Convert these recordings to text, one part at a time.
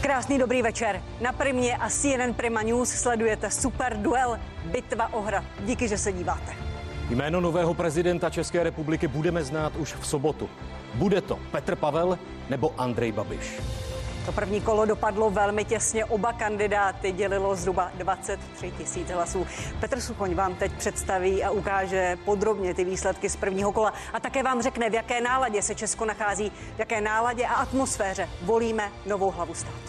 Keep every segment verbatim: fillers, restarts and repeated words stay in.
Krásný dobrý večer. Na Primě a C N N Prima News sledujete super duel Bitva o hrad. Díky, že se díváte. Jméno nového prezidenta České republiky budeme znát už v sobotu. Bude to Petr Pavel nebo Andrej Babiš? To první kolo dopadlo velmi těsně. Oba kandidáty dělilo zhruba dvacet tři tisíc hlasů. Petr Suchoň vám teď představí a ukáže podrobně ty výsledky z prvního kola a také vám řekne, v jaké náladě se Česko nachází, v jaké náladě a atmosféře volíme novou hlavu státu.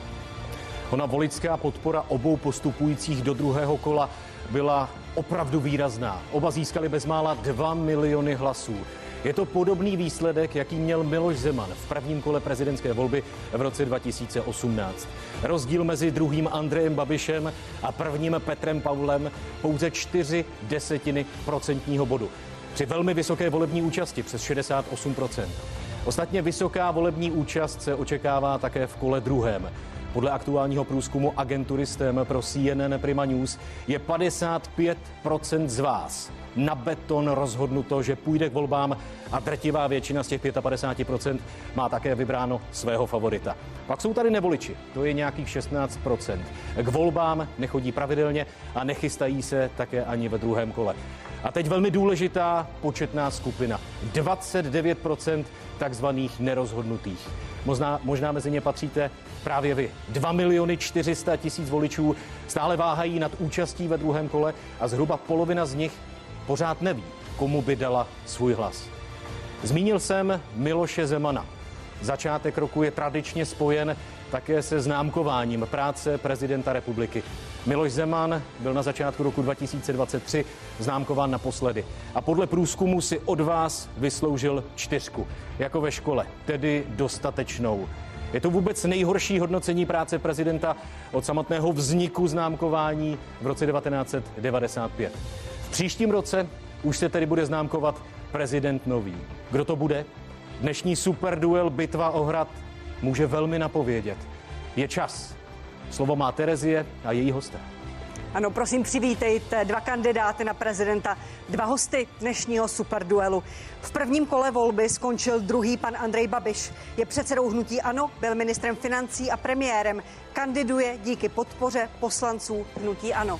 Ona voličská podpora obou postupujících do druhého kola byla opravdu výrazná. Oba získali bezmála dva miliony hlasů. Je to podobný výsledek, jaký měl Miloš Zeman v prvním kole prezidentské volby v roce dva tisíce osmnáct. Rozdíl mezi druhým Andrejem Babišem a prvním Petrem Pavlem pouze čtyři desetiny procentního bodu. Při velmi vysoké volební účasti přes šedesát osm procent. Ostatně vysoká volební účast se očekává také v kole druhém. Podle aktuálního průzkumu agentury STEM pro C N N Prima News je padesát pět procent z vás na beton rozhodnuto, že půjde k volbám a drtivá většina z těch padesát pět procent má také vybráno svého favorita. Pak jsou tady nevoliči, to je nějakých šestnáct procent. K volbám nechodí pravidelně a nechystají se také ani ve druhém kole. A teď velmi důležitá početná skupina. dvacet devět procent takzvaných nerozhodnutých. Možná, možná mezi ně patříte právě vy. dva miliony čtyři sta tisíc voličů stále váhají nad účastí ve druhém kole a zhruba polovina z nich pořád neví, komu by dala svůj hlas. Zmínil jsem Miloše Zemana. Začátek roku je tradičně spojen také se známkováním práce prezidenta republiky. Miloš Zeman byl na začátku roku dva tisíce dvacet tři známkován naposledy a podle průzkumu si od vás vysloužil čtyřku, jako ve škole, tedy dostatečnou. Je to vůbec nejhorší hodnocení práce prezidenta od samotného vzniku známkování v roce devatenáct set devadesát pět. V příštím roce už se tedy bude známkovat prezident nový. Kdo to bude? Dnešní superduel Bitva o hrad může velmi napovědět. Je čas. Slovo má Terezie a její hosté. Ano, prosím, přivítejte dva kandidáty na prezidenta, dva hosty dnešního superduelu. V prvním kole volby skončil druhý pan Andrej Babiš. Je předsedou hnutí ANO, byl ministrem financí a premiérem. Kandiduje díky podpoře poslanců hnutí ANO.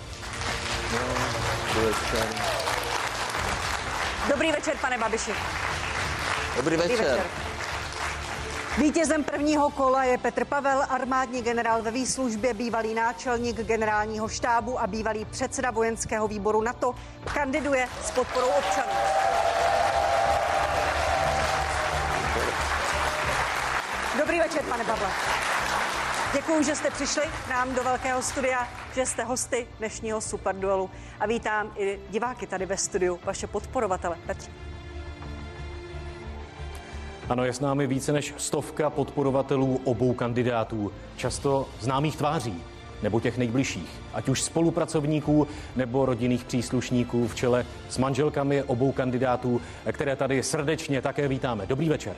Dobrý večer, pane Babiši. Dobrý večer. Dobrý večer. Vítězem prvního kola je Petr Pavel, armádní generál ve výslužbě, bývalý náčelník generálního štábu a bývalý předseda vojenského výboru NATO. Kandiduje s podporou občanů. Dobrý večer, pane Pavle. Děkuji, že jste přišli k nám do velkého studia, že jste hosty dnešního superduelu. A vítám i diváky tady ve studiu, vaše podporovatele. Petr. Ano, je s námi více než stovka podporovatelů obou kandidátů, často známých tváří nebo těch nejbližších, ať už spolupracovníků nebo rodinných příslušníků v čele s manželkami obou kandidátů, které tady srdečně také vítáme. Dobrý večer.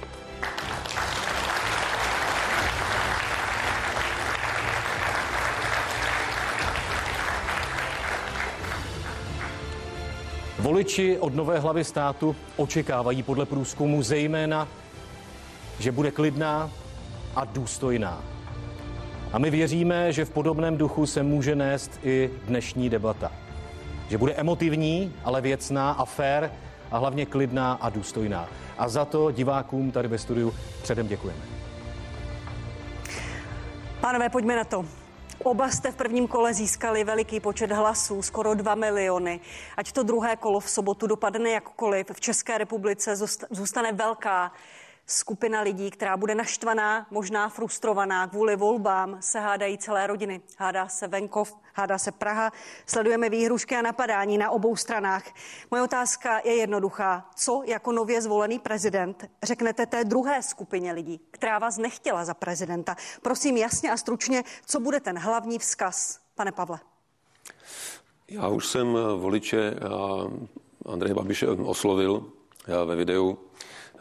Voliči od nové hlavy státu očekávají podle průzkumu zejména, že bude klidná a důstojná. A my věříme, že v podobném duchu se může nést i dnešní debata. Že bude emotivní, ale věcná a fér a hlavně klidná a důstojná. A za to divákům tady ve studiu předem děkujeme. Pánové, pojďme na to. Oba jste v prvním kole získali veliký počet hlasů, skoro dva miliony. Ať to druhé kolo v sobotu dopadne jakkoliv, v České republice zůstane velká skupina lidí, která bude naštvaná, možná frustrovaná. Kvůli volbám se hádají celé rodiny. Hádá se venkov, hádá se Praha. Sledujeme výhrušky a napadání na obou stranách. Moje otázka je jednoduchá. Co jako nově zvolený prezident řeknete té druhé skupině lidí, která vás nechtěla za prezidenta? Prosím jasně a stručně, co bude ten hlavní vzkaz, pane Pavle? Já už jsem voliče Andreje Babiše oslovil ve videu.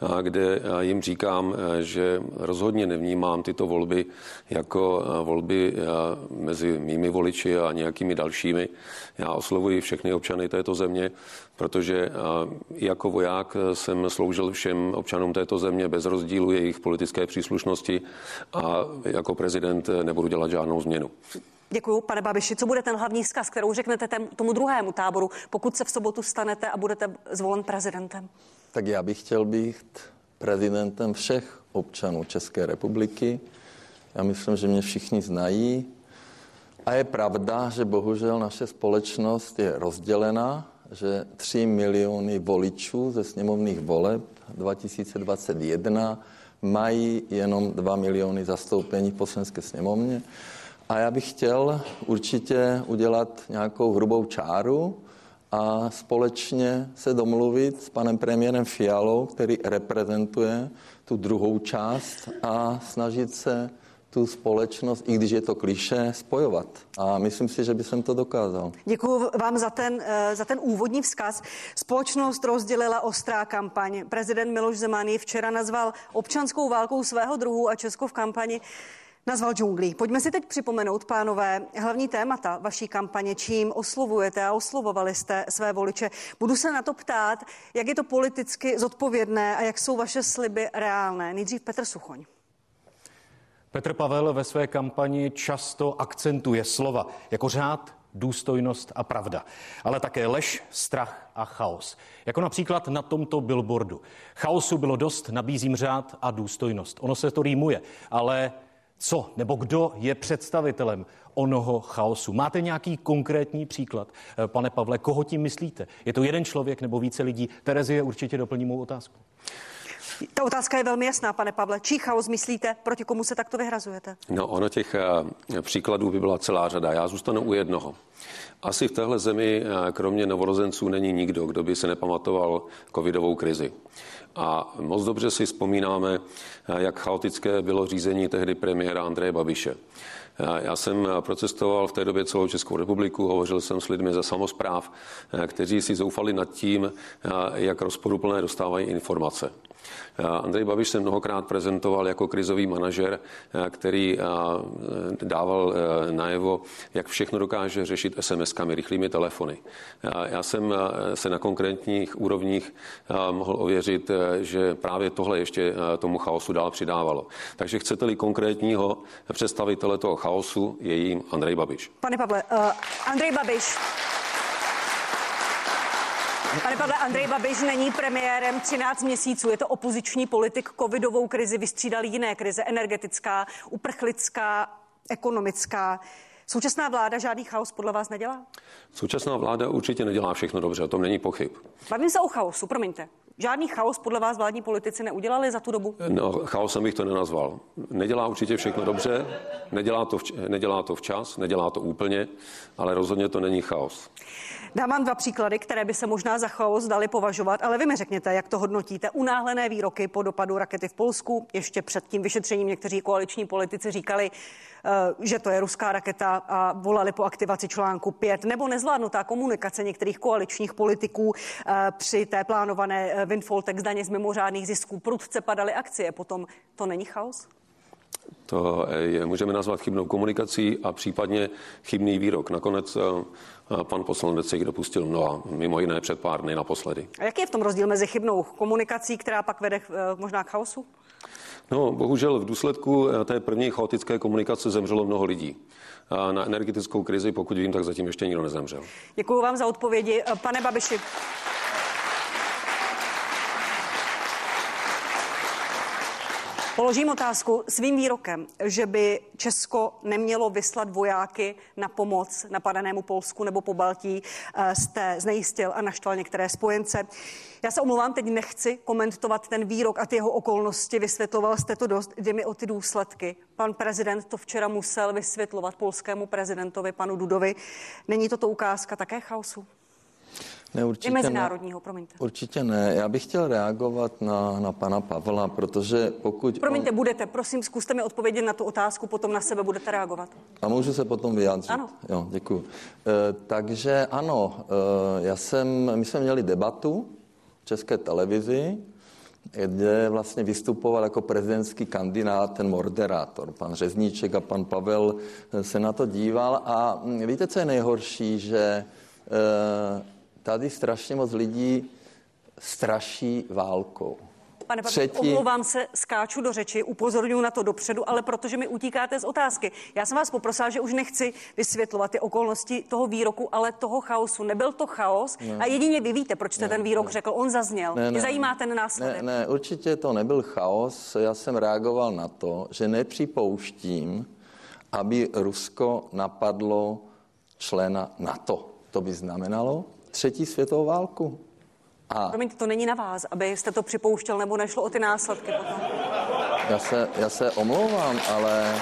kde jim říkám, že rozhodně nevnímám tyto volby jako volby mezi mými voliči a nějakými dalšími. Já oslovuji všechny občany této země, protože jako voják jsem sloužil všem občanům této země bez rozdílu jejich politické příslušnosti a jako prezident nebudu dělat žádnou změnu. Děkuju, pane Babiši. Co bude ten hlavní vzkaz, kterou řeknete tomu druhému táboru, pokud se v sobotu stanete a budete zvolen prezidentem? Tak já bych chtěl být prezidentem všech občanů České republiky. Já myslím, že mě všichni znají. A je pravda, že bohužel naše společnost je rozdělená, že tři miliony voličů ze sněmovních voleb dva tisíce dvacet jedna mají jenom dva miliony zastoupení v Poslanecké sněmovně. A já bych chtěl určitě udělat nějakou hrubou čáru a společně se domluvit s panem premiérem Fialou, který reprezentuje tu druhou část, a snažit se tu společnost, i když je to klišé, spojovat. A myslím si, že by jsem to dokázal. Děkuji vám za ten, za ten úvodní vzkaz. Společnost rozdělila ostrá kampaň. Prezident Miloš Zeman ji včera nazval občanskou válkou svého druhu a Česko v kampani nazval džunglí. Pojďme si teď připomenout, pánové, hlavní témata vaší kampaně, čím oslovujete a oslovovali jste své voliče. Budu se na to ptát, jak je to politicky zodpovědné a jak jsou vaše sliby reálné. Nejdřív Petr Suchoň. Petr Pavel ve své kampani často akcentuje slova jako řád, důstojnost a pravda, ale také lež, strach a chaos. Jako například na tomto billboardu. Chaosu bylo dost, nabízím řád a důstojnost. Ono se to rýmuje, ale co nebo kdo je představitelem onoho chaosu? Máte nějaký konkrétní příklad, pane Pavle, koho tím myslíte? Je to jeden člověk nebo více lidí? Terezie určitě doplní mou otázku. Ta otázka je velmi jasná, pane Pavle. Čí chaos myslíte, proti komu se takto vyhrazujete? No, ono těch příkladů by byla celá řada. Já zůstanu u jednoho. Asi v téhle zemi, kromě novorozenců, není nikdo, kdo by se nepamatoval covidovou krizi. A moc dobře si vzpomínáme, jak chaotické bylo řízení tehdy premiéra Andreje Babiše. Já jsem procestoval v té době celou Českou republiku, hovořil jsem s lidmi ze samospráv, kteří si zoufali nad tím, jak rozporuplné dostávají informace. Andrej Babiš se mnohokrát prezentoval jako krizový manažer, který dával najevo, jak všechno dokáže řešit es em eskami, rychlými telefony. Já jsem se na konkrétních úrovních mohl ověřit, že právě tohle ještě tomu chaosu dál přidávalo. Takže chcete-li konkrétního představitele toho chaosu, je jím Andrej Babiš. Pane Pavle, uh, Andrej Babiš. Pane Pavle, Andrej Babiš není premiérem třináct měsíců. Je to opoziční politik, covidovou krizi vystřídal jiné krize, energetická, uprchlická, ekonomická. Současná vláda žádný chaos podle vás nedělá? Současná vláda určitě nedělá všechno dobře, o tom není pochyb. Bavím se o chaosu, promiňte. Žádný chaos podle vás vládní politici neudělali za tu dobu? No, chaosem bych to nenazval. Nedělá určitě všechno dobře, nedělá to, vč- nedělá to včas, nedělá to úplně, ale rozhodně to není chaos. Dám vám dva příklady, které by se možná za chaos daly považovat, ale vy mi řekněte, jak to hodnotíte. Unáhlené výroky po dopadu rakety v Polsku. Ještě před tím vyšetřením někteří koaliční politici říkali, že to je ruská raketa a volali po aktivaci článku pět. Nebo nezvládnutá komunikace některých koaličních politiků při té plánované windfall tax daně z mimořádných zisků. Prudce padaly akcie. Potom to není chaos? To je, můžeme nazvat chybnou komunikací a případně chybný výrok. Nakonec pan poslanec se jich dopustil mnoha, mimo jiné před pár dny naposledy. A jaký je v tom rozdíl mezi chybnou komunikací, která pak vede možná k chaosu? No, bohužel v důsledku té první chaotické komunikace zemřelo mnoho lidí. A na energetickou krizi, pokud vím, tak zatím ještě nikdo nezemřel. Děkuji vám za odpovědi. Pane Babiši. Položím otázku svým výrokem, že by Česko nemělo vyslat vojáky na pomoc napadenému Polsku nebo Pobaltí, jste znejistil a naštval některé spojence. Já se omlouvám, teď nechci komentovat ten výrok a ty jeho okolnosti, vysvětloval jste to dost, jde mi o ty důsledky. Pan prezident to včera musel vysvětlovat polskému prezidentovi, panu Dudovi. Není toto ukázka také chaosu? Ne, určitě I mezinárodního, ne. promiňte. Určitě ne. Já bych chtěl reagovat na, na pana Pavla, protože pokud... Promiňte, on... budete, prosím, zkuste mi odpovědět na tu otázku, potom na sebe budete reagovat. A můžu se potom vyjádřit? Ano. Jo, děkuji. E, takže ano, e, já jsem, my jsme měli debatu v České televizi kde vlastně vystupoval jako prezidentský kandidát ten moderátor. Pan Řezníček a pan Pavel se na to díval a víte, co je nejhorší, že tady strašně moc lidí straší válkou. Pane Babiši, Třetí... omlouvám se, skáču do řeči, upozorňuji na to dopředu, ale protože mi utíkáte z otázky. Já jsem vás poprosila, že už nechci vysvětlovat ty okolnosti toho výroku, ale toho chaosu. Nebyl to chaos ne. a jedině vy víte, proč jste ne, ten výrok ne. řekl. On zazněl. Ne, Mě zajímá ten následek. Ne, ne, určitě to nebyl chaos. Já jsem reagoval na to, že nepřipouštím, aby Rusko napadlo člena NATO. To by znamenalo třetí světovou válku. A promiňte, to není na vás, abyste to připouštěl, nebo nešlo o ty následky potom? Já se, já se omlouvám, ale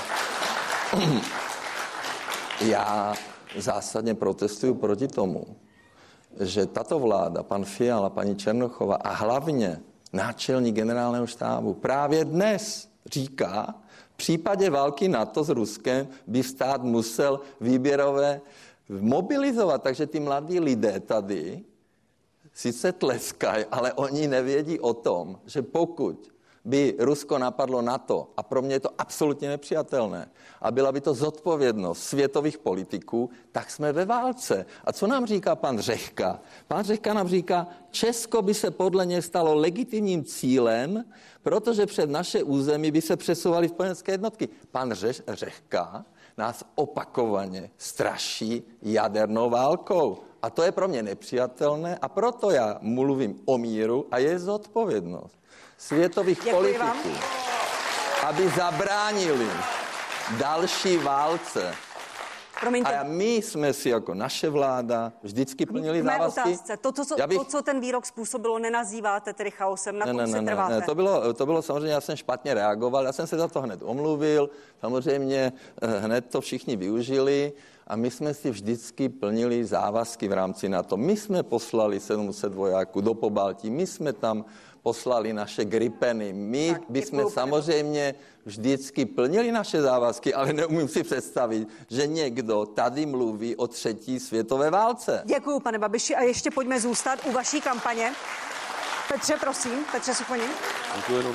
já zásadně protestuju proti tomu, že tato vláda, pan Fiala, paní Černochová a hlavně náčelník generálního štábu právě dnes říká, v případě války NATO s Ruskem by stát musel výběrové mobilizovat, takže ty mladí lidé tady sice tleskají, ale oni nevědí o tom, že pokud by Rusko napadlo NATO, a pro mě je to absolutně nepřijatelné, a byla by to zodpovědnost světových politiků, tak jsme ve válce. A co nám říká pan Řehka? Pan Řehka nám říká, Česko by se podle něj stalo legitimním cílem, protože před naše území by se přesouvaly spojenecké jednotky. Pan Řeš, Řehka nás opakovaně straší jadernou válkou. A to je pro mě nepřijatelné a proto já mluvím o míru a je zodpovědnost světových Děkuji politiků, vám. aby zabránili další válce. Promiňte. A my jsme si jako naše vláda vždycky plnili závazky. Otázce. To, to, co, bych... to, co ten výrok způsobilo, nenazýváte tedy chaosem, na ne, tom ne, si ne, trváte. Ne, to bylo, to bylo samozřejmě, já jsem špatně reagoval, já jsem se za to hned omluvil, samozřejmě hned to všichni využili a my jsme si vždycky plnili závazky v rámci NATO. My jsme poslali sedm set vojáků do Pobaltí, my jsme tam poslali naše gripeny. My tak, bychom samozřejmě vždycky plnili naše závazky, ale neumím si představit, že někdo tady mluví o třetí světové válce. Děkuju, pane Babiši, a ještě pojďme zůstat u vaší kampaně. Petře, prosím, Petře Sokonin. Děkuji.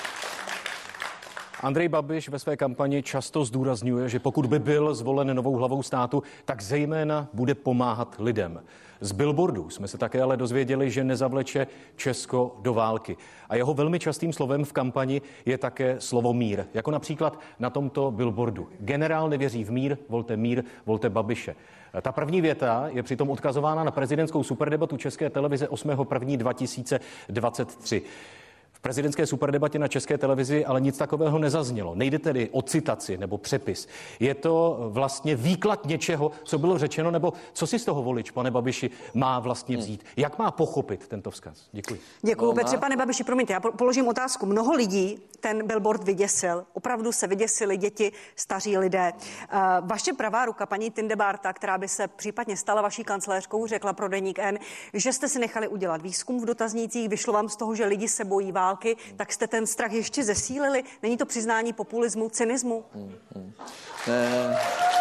Andrej Babiš ve své kampani často zdůrazňuje, že pokud by byl zvolen novou hlavou státu, tak zejména bude pomáhat lidem. Z billboardů jsme se také ale dozvěděli, že nezavleče Česko do války. A jeho velmi častým slovem v kampani je také slovo mír. Jako například na tomto billboardu. Generál nevěří v mír, volte mír, volte Babiše. Ta první věta je přitom odkazována na prezidentskou superdebatu České televize osmého prvního dva tisíce dvacet tři. V prezidentské superdebatě na České televizi ale nic takového nezaznělo. Nejde tedy o citaci nebo přepis. Je to vlastně výklad něčeho, co bylo řečeno, nebo co si z toho volič, pane Babiši, má vlastně vzít? Jak má pochopit tento vzkaz? Děkuji. Děkuji, Petře. Pane Babiši, promiňte, já položím otázku. Mnoho lidí ten billboard vyděsil. Opravdu se vyděsili děti, staří lidé. Vaše pravá ruka, paní Tindebárta, která by se případně stala vaší kancléřkou, řekla pro Deník N, že jste si nechali udělat výzkum v dotaznících, vyšlo vám z toho, že lidi se bojí války, tak jste ten strach ještě zesílili? Není to přiznání populismu, cynismu? Hmm, hmm. Ne.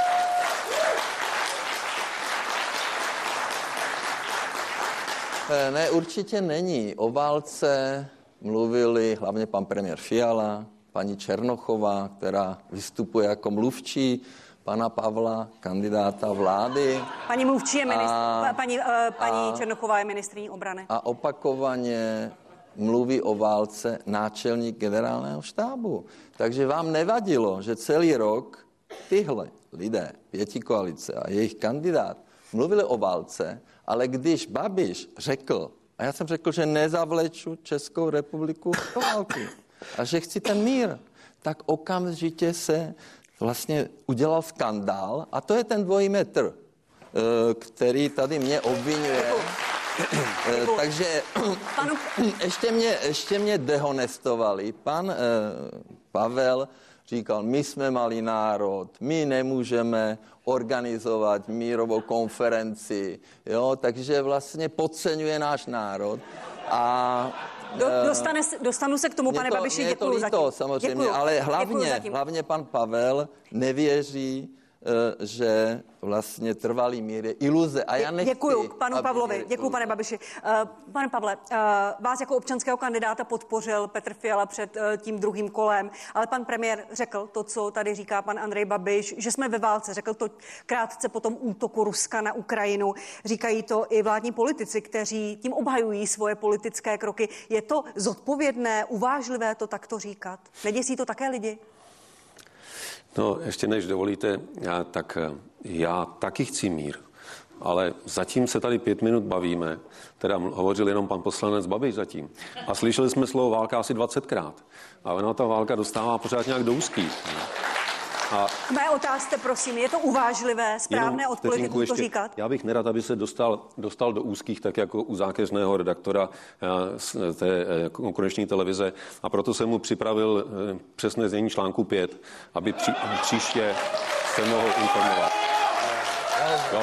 Ne, určitě není. O válce mluvili hlavně pan premiér Fiala, paní Černochová, která vystupuje jako mluvčí pana Pavla, kandidáta vlády. Paní mluvčí je ministr, a, paní, uh, paní a, Černochová je ministryní obrany. A opakovaně mluví o válce náčelník generálního štábu. Takže vám nevadilo, že celý rok tyhle lidé, pětikoalice a jejich kandidát mluvili o válce, ale když Babiš řekl, a já jsem řekl, že nezavleču Českou republiku do války a že chci ten mír, tak okamžitě se vlastně udělal skandál a to je ten dvojí metr, který tady mě obvinuje. Děkuju. Takže Panu... ještě, mě, ještě mě dehonestovali. Pan eh, Pavel říkal, my jsme malý národ, my nemůžeme organizovat mírovou konferenci, jo, takže vlastně podceňuje náš národ. A Do, dostane, dostanu se k tomu, pane Babiši, děkuju zatím. Je to líto, samozřejmě, děkuju. ale hlavně, hlavně pan Pavel nevěří že vlastně trvalý mír je iluze. A já nechci, děkuju panu Pavlovi, děkuju pane Babiši. Pane Pavle, vás jako občanského kandidáta podpořil Petr Fiala před tím druhým kolem, ale pan premiér řekl to, co tady říká pan Andrej Babiš, že jsme ve válce. Řekl to krátce po tom útoku Ruska na Ukrajinu. Říkají to i vládní politici, kteří tím obhajují svoje politické kroky. Je to zodpovědné, uvážlivé to takto říkat? Neděsí to také lidi? No, ještě než dovolíte, já, tak já taky chci mír. Ale zatím se tady pět minut bavíme, teda hovořil jenom pan poslanec Babiš zatím. A slyšeli jsme slovo válka asi dvacetkrát. A ona ta válka dostává pořád nějak do úzkých. A k mé otázce, prosím, je to uvážlivé, správné od politiků to říkat? Já bych nerad, aby se dostal, dostal do úzkých, tak jako u zákeřného redaktora z té konkurenční televize. A proto jsem mu připravil přesné znění článku pět, aby pří, příště se mohl informovat. Jo?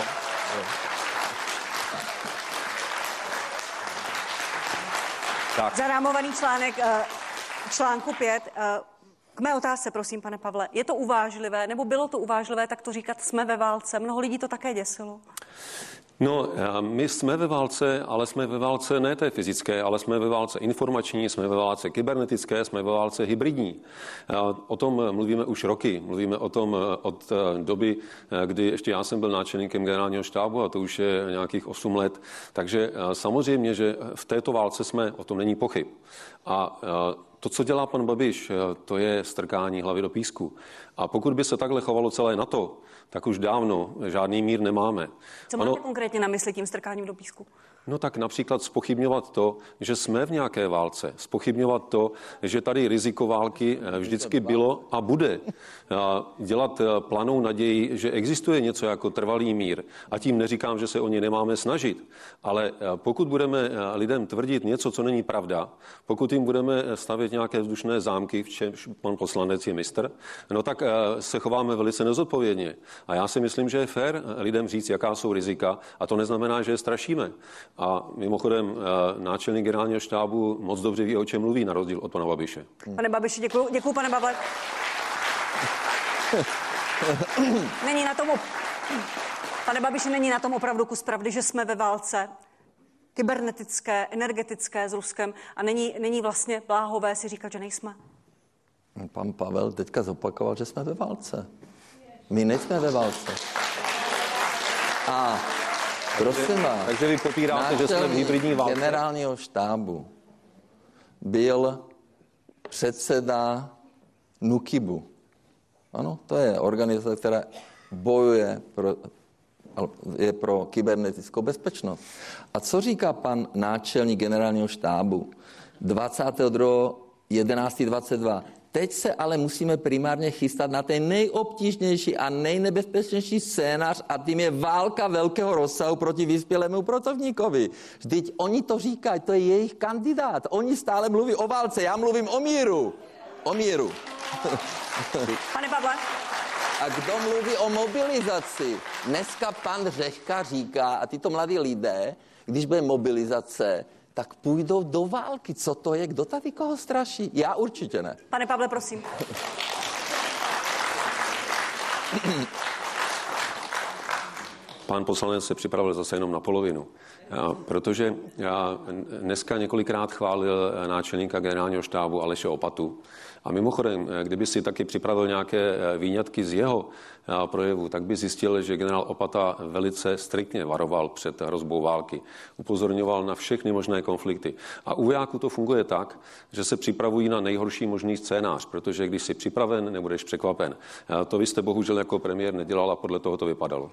Tak. Zarámovaný článek článku pět. K mé otázce, prosím, pane Pavle, je to uvážlivé, nebo bylo to uvážlivé tak to říkat, jsme ve válce? Mnoho lidí to také děsilo. No, my jsme ve válce, ale jsme ve válce ne té fyzické, ale jsme ve válce informační, jsme ve válce kybernetické, jsme ve válce hybridní. O tom mluvíme už roky. Mluvíme o tom od doby, kdy ještě já jsem byl náčelníkem generálního štábu, a to už je nějakých osm let. Takže samozřejmě, že v této válce jsme, o tom není pochyb. A to, co dělá pan Babiš, to je strkání hlavy do písku. A pokud by se takhle chovalo celé NATO, tak už dávno žádný mír nemáme. Co máte ano, konkrétně na mysli tím strkáním do písku? No tak například zpochybňovat to, že jsme v nějaké válce. Zpochybňovat to, že tady riziko války vždycky bylo a bude. Dělat planou naději, že existuje něco jako trvalý mír. A tím neříkám, že se o ně nemáme snažit. Ale pokud budeme lidem tvrdit něco, co není pravda, pokud jim budeme stavět nějaké vzdušné zámky, v čemž pan poslanec je mistr, no tak se chováme velice nezodpovědně. A já si myslím, že je fér lidem říct, jaká jsou rizika. A to neznamená, že je strašíme. A mimochodem náčelník generálního štábu moc dobře ví, o čem mluví, na rozdíl od pana Babiše. Pane Babiši, děkuju, děkuju pane Bable. Není na tom, op... pane Babiši, není na tom opravdu kus pravdy, že jsme ve válce kybernetické, energetické s Ruskem a není, není vlastně bláhové si říkat, že nejsme? Pan Pavel teďka zopakoval, že jsme ve válce. My nejsme ve válce. A prosím vás, takže vy popíráte, že jsme v hybridní válce? Generálního štábu byl předseda NÚKIBu. Ano, to je organizace, která bojuje pro, je pro kybernetickou bezpečnost. A co říká pan náčelník generálního štábu dvacátého druhého jedenáctého dvacet dva? Teď se ale musíme primárně chystat na ten nejobtížnější a nejnebezpečnější scénář a tím je válka velkého rozsahu proti vyspělému protivníkovi. Vždyť oni to říkají, to je jejich kandidát. Oni stále mluví o válce, já mluvím o míru. O míru. Pane Pavle. A kdo mluví o mobilizaci? Dneska pan Řehka říká, a tyto mladí lidé, když bude mobilizace, tak půjdou do války. Co to je? Kdo tady koho straší? Já určitě ne. Pane Pavle, prosím. Pan poslanec se připravil zase jenom na polovinu, já, protože já dneska několikrát chválil náčelníka generálního štábu Aleše Opatu. A mimochodem, kdyby si taky připravil nějaké výňatky z jeho projevu, tak by zjistil, že generál Opata velice striktně varoval před hrozbou války. Upozorňoval na všechny možné konflikty. A u vojáků to funguje tak, že se připravují na nejhorší možný scénář, protože když jsi připraven, nebudeš překvapen. To vy jste bohužel jako premiér nedělal a podle toho to vypadalo.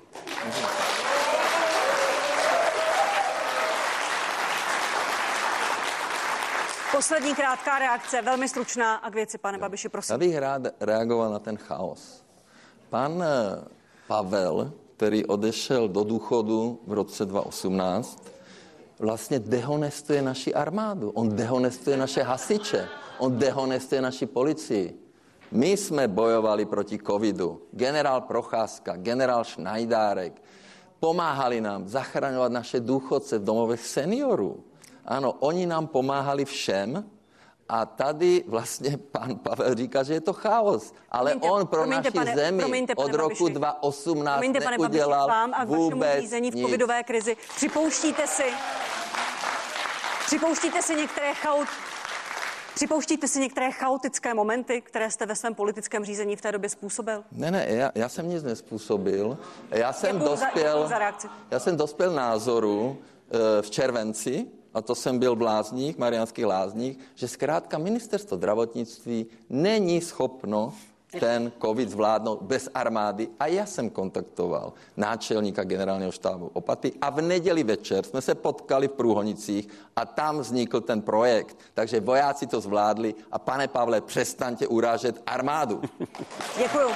Poslední krátká reakce, velmi stručná a k věci, pane Babiši, prosím. Já bych rád reagoval na ten chaos. Pan Pavel, který odešel do důchodu v roce dva tisíce osmnáct, vlastně dehonestuje naši armádu. On dehonestuje naše hasiče. On dehonestuje naši policii. My jsme bojovali proti covidu. Generál Procházka, generál Šnajdárek pomáhali nám zachraňovat naše důchodce v domovech seniorů. Ano, oni nám pomáhali všem A tady vlastně pan Pavel říká, že je to chaos. Ale promiňte, on pro promiňte, naši pane, zemi promiňte, pane od roku Babiši. dva tisíce osmnáct Promiňte, pane Babiši, neudělal vám a k vašemu vůbec řízení v nic. covidové krizi. Připouštíte si, připouštíte si některé chaot, Připouštíte si některé chaotické momenty, které jste ve svém politickém řízení v té době způsobil? Ne, ne, já, já jsem nic nespůsobil. Já jsem Děkuju za- dospěl, děkuju za reakci. já jsem dospěl názoru e, v červenci, a to jsem byl v Lázních, Mariánských Lázních, že zkrátka ministerstvo zdravotnictví není schopno ten covid zvládnout bez armády. A já jsem kontaktoval náčelníka generálního štábu Opaty a v neděli večer jsme se potkali v Průhonicích a tam vznikl ten projekt. Takže vojáci to zvládli a pane Pavle, přestaňte urážet armádu. Děkuju.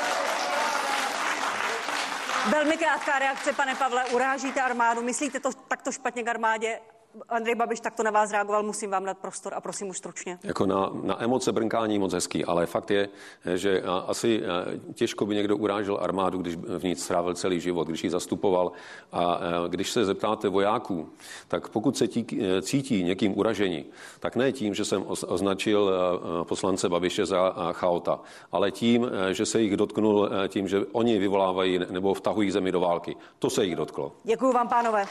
Velmi krátká reakce, pane Pavle. Urážíte armádu? Myslíte to takto špatně k armádě? Andrej Babiš takto na vás reagoval, musím vám dát prostor a prosím už stručně. Jako na, na emoce brnkání moc hezký, ale fakt je, že asi těžko by někdo urážel armádu, když v ní strávil celý život, když ji zastupoval. A když se zeptáte vojáků, tak pokud se tí, cítí někým uražení, tak ne tím, že jsem označil poslance Babiše za chaota, ale tím, že se jich dotknul tím, že oni vyvolávají nebo vtahují zemi do války. To se jich dotklo. Děkuju vám, pánové.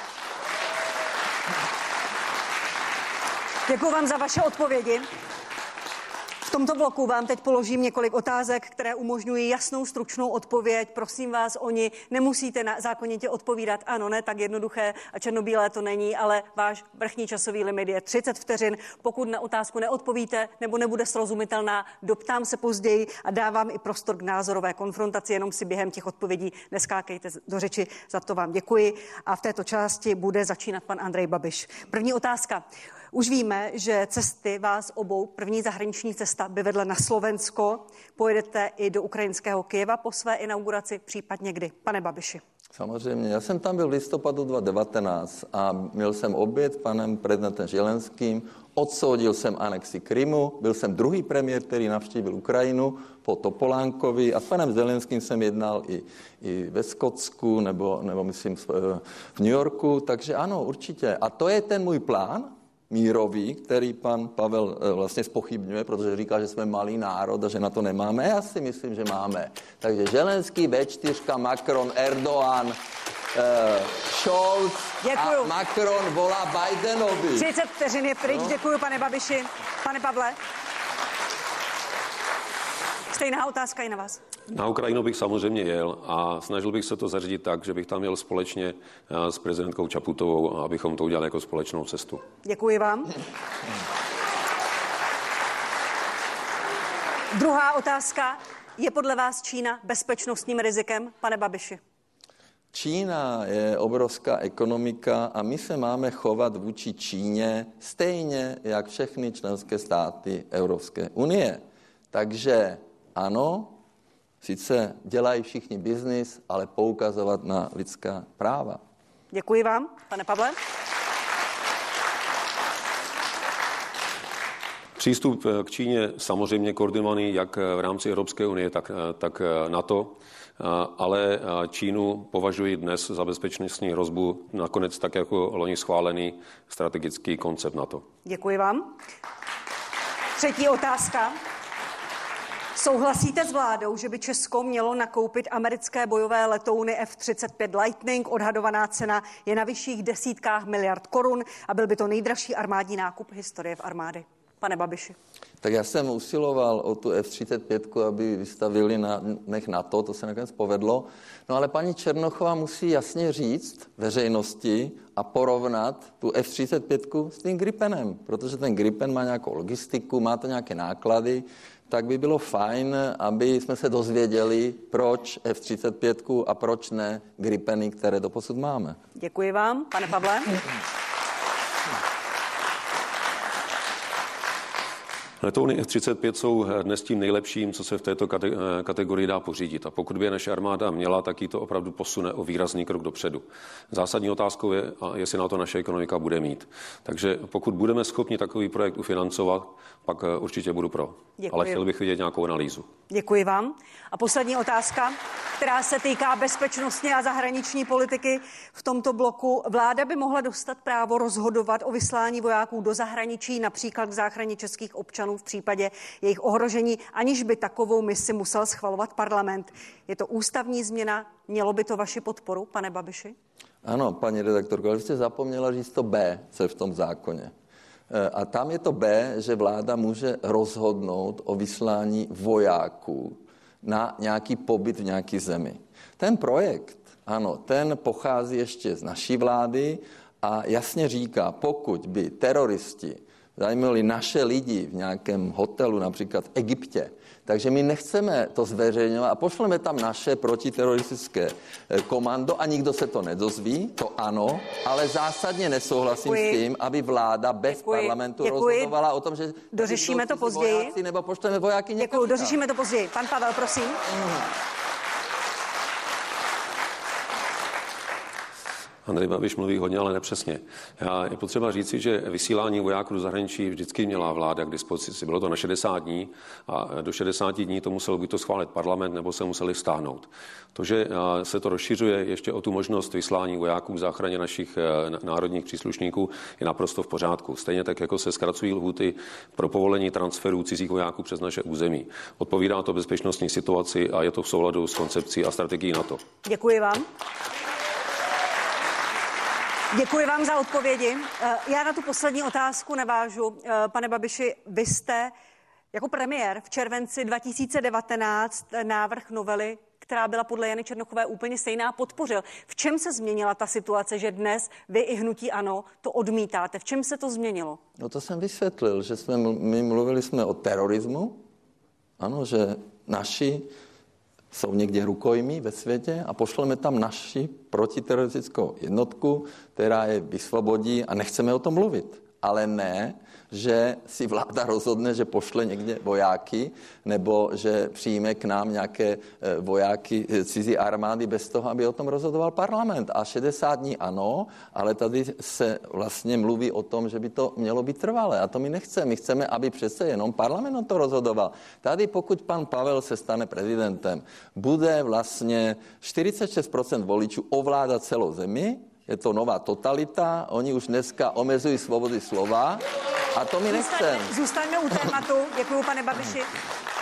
Děkuji vám za vaše odpovědi. V tomto bloku vám teď položím několik otázek, které umožňují jasnou, stručnou odpověď. Prosím vás o ni. Nemusíte na zákonitě odpovídat ano, ne, tak jednoduché a černobílé to není, ale váš vrchní časový limit je třicet vteřin. Pokud na otázku neodpovíte nebo nebude srozumitelná, doptám se později a dávám i prostor k názorové konfrontaci, jenom si během těch odpovědí neskákejte do řeči, za to vám děkuji. A v této části bude začínat pan Andrej Babiš. První otázka. Už víme, že cesty vás obou, první zahraniční cesta by vedla na Slovensko. Pojedete i do ukrajinského Kyjeva po své inauguraci, případně kdy? Pane Babiši. Samozřejmě, já jsem tam byl v listopadu dva tisíce devatenáct a měl jsem oběd s panem prezidentem Zelenským, odsoudil jsem anexi Krymu, byl jsem druhý premiér, který navštívil Ukrajinu po Topolánkovi a s panem Zelenským jsem jednal i, i ve Skotsku nebo, nebo myslím v New Yorku, takže ano, určitě. A to je ten můj plán, mírový, který pan Pavel vlastně zpochybňuje, protože říká, že jsme malý národ a že na to nemáme. Já si myslím, že máme. Takže Zelenský, vé čtyři, Macron, Erdogan, eh, Scholz Děkuju. A Macron volá Bidenovi. třicet vteřin je pryč. No. Děkuji, pane Babiši. Pane Pavle. Stejná otázka i na vás. Na Ukrajinu bych samozřejmě jel a snažil bych se to zařídit tak, že bych tam jel společně s prezidentkou Čaputovou, abychom to udělali jako společnou cestu. Děkuji vám. Druhá otázka. Je podle vás Čína bezpečnostním rizikem, pane Babiši? Čína je obrovská ekonomika a my se máme chovat vůči Číně stejně, jak všechny členské státy Evropské unie. Takže ano, sice dělají všichni biznis, ale poukazovat na lidská práva. Děkuji vám, pane Pavle. Přístup k Číně samozřejmě koordinovaný jak v rámci Evropské unie, tak, tak NATO, ale Čínu považuji dnes za bezpečnostní hrozbu, nakonec tak jako loni schválený strategický koncept NATO. Děkuji vám. Třetí otázka. Souhlasíte s vládou, že by Česko mělo nakoupit americké bojové letouny F třicet pět Lightning? Odhadovaná cena je na vyšších desítkách miliard korun a byl by to nejdražší armádní nákup historie v armády. Pane Babiši. Tak já jsem usiloval o tu F třicet pět, aby vystavili na nech NATO, to se nakonec povedlo. No ale paní Černochová musí jasně říct veřejnosti a porovnat tu F třicet pět s tím Gripenem, protože ten Gripen má nějakou logistiku, má to nějaké náklady, tak by bylo fajn, aby jsme se dozvěděli, proč F třicet pět a proč ne Gripeny, které doposud máme. Děkuji vám, pane Pavle. Letouny F třicet pět jsou dnes tím nejlepším, co se v této kategorii dá pořídit. A pokud by je naše armáda měla, tak ji to opravdu posune o výrazný krok dopředu. Zásadní otázkou je, jestli na to naše ekonomika bude mít. Takže pokud budeme schopni takový projekt ufinancovat, pak určitě budu pro. Děkuji. Ale chtěl bych vidět nějakou analýzu. Děkuji vám. A poslední otázka, která se týká bezpečnostní a zahraniční politiky v tomto bloku. Vláda by mohla dostat právo rozhodovat o vyslání vojáků do zahraničí, například k záchraně českých občanů v případě jejich ohrožení, aniž by takovou misi musel schvalovat parlament. Je to ústavní změna, mělo by to vaši podporu, pane Babiši? Ano, paní redaktorko, ale jste zapomněla říct to B, co je v tom zákoně. A tam je to B, že vláda může rozhodnout o vyslání vojáků na nějaký pobyt v nějaké zemi. Ten projekt, ano, ten pochází ještě z naší vlády a jasně říká, pokud by teroristi zajímali naše lidi v nějakém hotelu, například v Egyptě, takže my nechceme to zveřejňovat a pošleme tam naše protiteroristické komando a nikdo se to nedozví, to ano, ale zásadně nesouhlasím Děkuji. s tím, aby vláda bez Děkuji. parlamentu Děkuji. rozhodovala o tom, že dořešíme to později. Vojáci, nebo pošleme vojáky někam. Děkuji, dořešíme to později. Pan Pavel, prosím. Mm. Andrej Babiš mluví hodně, ale nepřesně. Je potřeba říci, že vysílání vojáků do zahraničí vždycky měla vláda k dispozici. Bylo to na šedesát dní a do šedesáti dní to musel buď to schválit parlament, nebo se museli stáhnout. To, že se to rozšiřuje ještě o tu možnost vyslání vojáků k záchraně našich národních příslušníků, je naprosto v pořádku. Stejně tak, jako se zkracují lhůty pro povolení transferů cizích vojáků přes naše území. Odpovídá to bezpečnostní situaci a je to v souladu s koncepcí a strategií NATO. Děkuji vám. Děkuji vám za odpovědi. Já na tu poslední otázku navážu. Pane Babiši, vy jste jako premiér v červenci dva tisíce devatenáct návrh novely, která byla podle Jany Černochové úplně stejná, podpořil. V čem se změnila ta situace, že dnes vy i hnutí ANO to odmítáte? V čem se to změnilo? No to jsem vysvětlil, že jsme, my mluvili jsme o terorismu, ano, že naši jsou někde rukojmí ve světě a pošleme tam naši protiteroristickou jednotku, která je vysvobodí a nechceme o tom mluvit. Ale ne, že si vláda rozhodne, že pošle někde vojáky, nebo že přijme k nám nějaké vojáky cizí armády bez toho, aby o tom rozhodoval parlament. A šedesát dní ano, ale tady se vlastně mluví o tom, že by to mělo být trvalé. A to my nechceme. My chceme, aby přece jenom parlament o to rozhodoval. Tady pokud pan Pavel se stane prezidentem, bude vlastně čtyřicet šest procent voličů ovládat celou zemi. Je to nová totalita, oni už dneska omezují svobody slova a to my nechceme. Zůstaňme u tématu. Děkuju, pane Babiši. Uh,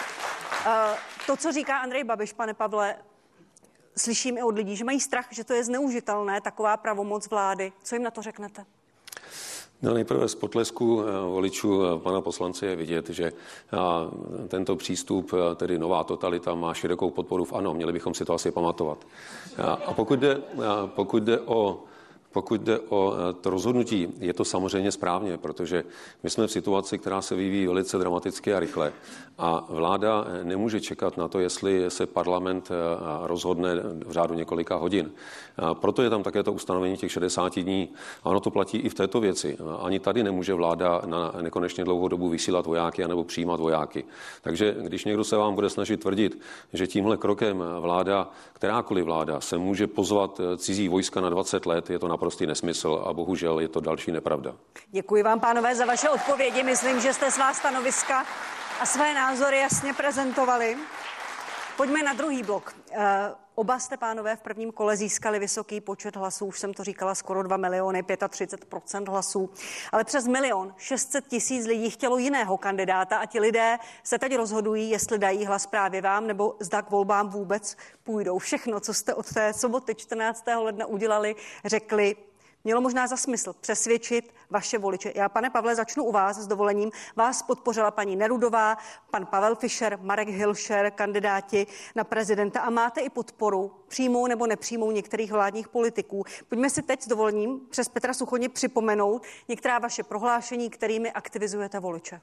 to, co říká Andrej Babiš, pane Pavle, slyším i od lidí, že mají strach, že to je zneužitelné, taková pravomoc vlády. Co jim na to řeknete? No, nejprve z potlesku voličů pana poslance je vidět, že tento přístup, tedy nová totalita, má širokou podporu v ANO. Měli bychom si to asi pamatovat. A pokud jde, pokud jde o Pokud jde o to rozhodnutí, je to samozřejmě správně, protože my jsme v situaci, která se vyvíjí velice dramaticky a rychle. A vláda nemůže čekat na to, jestli se parlament rozhodne v řádu několika hodin. A proto je tam také to ustanovení těch šedesáti dní. A ono to platí i v této věci. Ani tady nemůže vláda na nekonečně dlouhou dobu vysílat vojáky anebo přijímat vojáky. Takže když někdo se vám bude snažit tvrdit, že tímhle krokem vláda, kterákoliv vláda, se může pozvat cizí vojska na dvacet let, je to naprostý nesmysl a bohužel je to další nepravda. Děkuji vám, pánové, za vaše odpovědi. Myslím, že jste svá stanoviska a své názory jasně prezentovali. Pojďme na druhý blok. E, oba jste, pánové, v prvním kole získali vysoký počet hlasů, už jsem to říkala, skoro dva miliony, třicet pět procent hlasů, ale přes milion šest set tisíc lidí chtělo jiného kandidáta a ti lidé se teď rozhodují, jestli dají hlas právě vám, nebo zda k volbám vůbec půjdou. Všechno, co jste od té soboty čtrnáctého ledna udělali, řekli, mělo možná za smysl přesvědčit vaše voliče. Já, pane Pavle, začnu u vás s dovolením. Vás podpořila paní Nerudová, pan Pavel Fischer, Marek Hilšer, kandidáti na prezidenta a máte i podporu přímou nebo nepřímou některých vládních politiků. Pojďme si teď s dovolením přes Petra Suchoně připomenout některá vaše prohlášení, kterými aktivizujete voliče.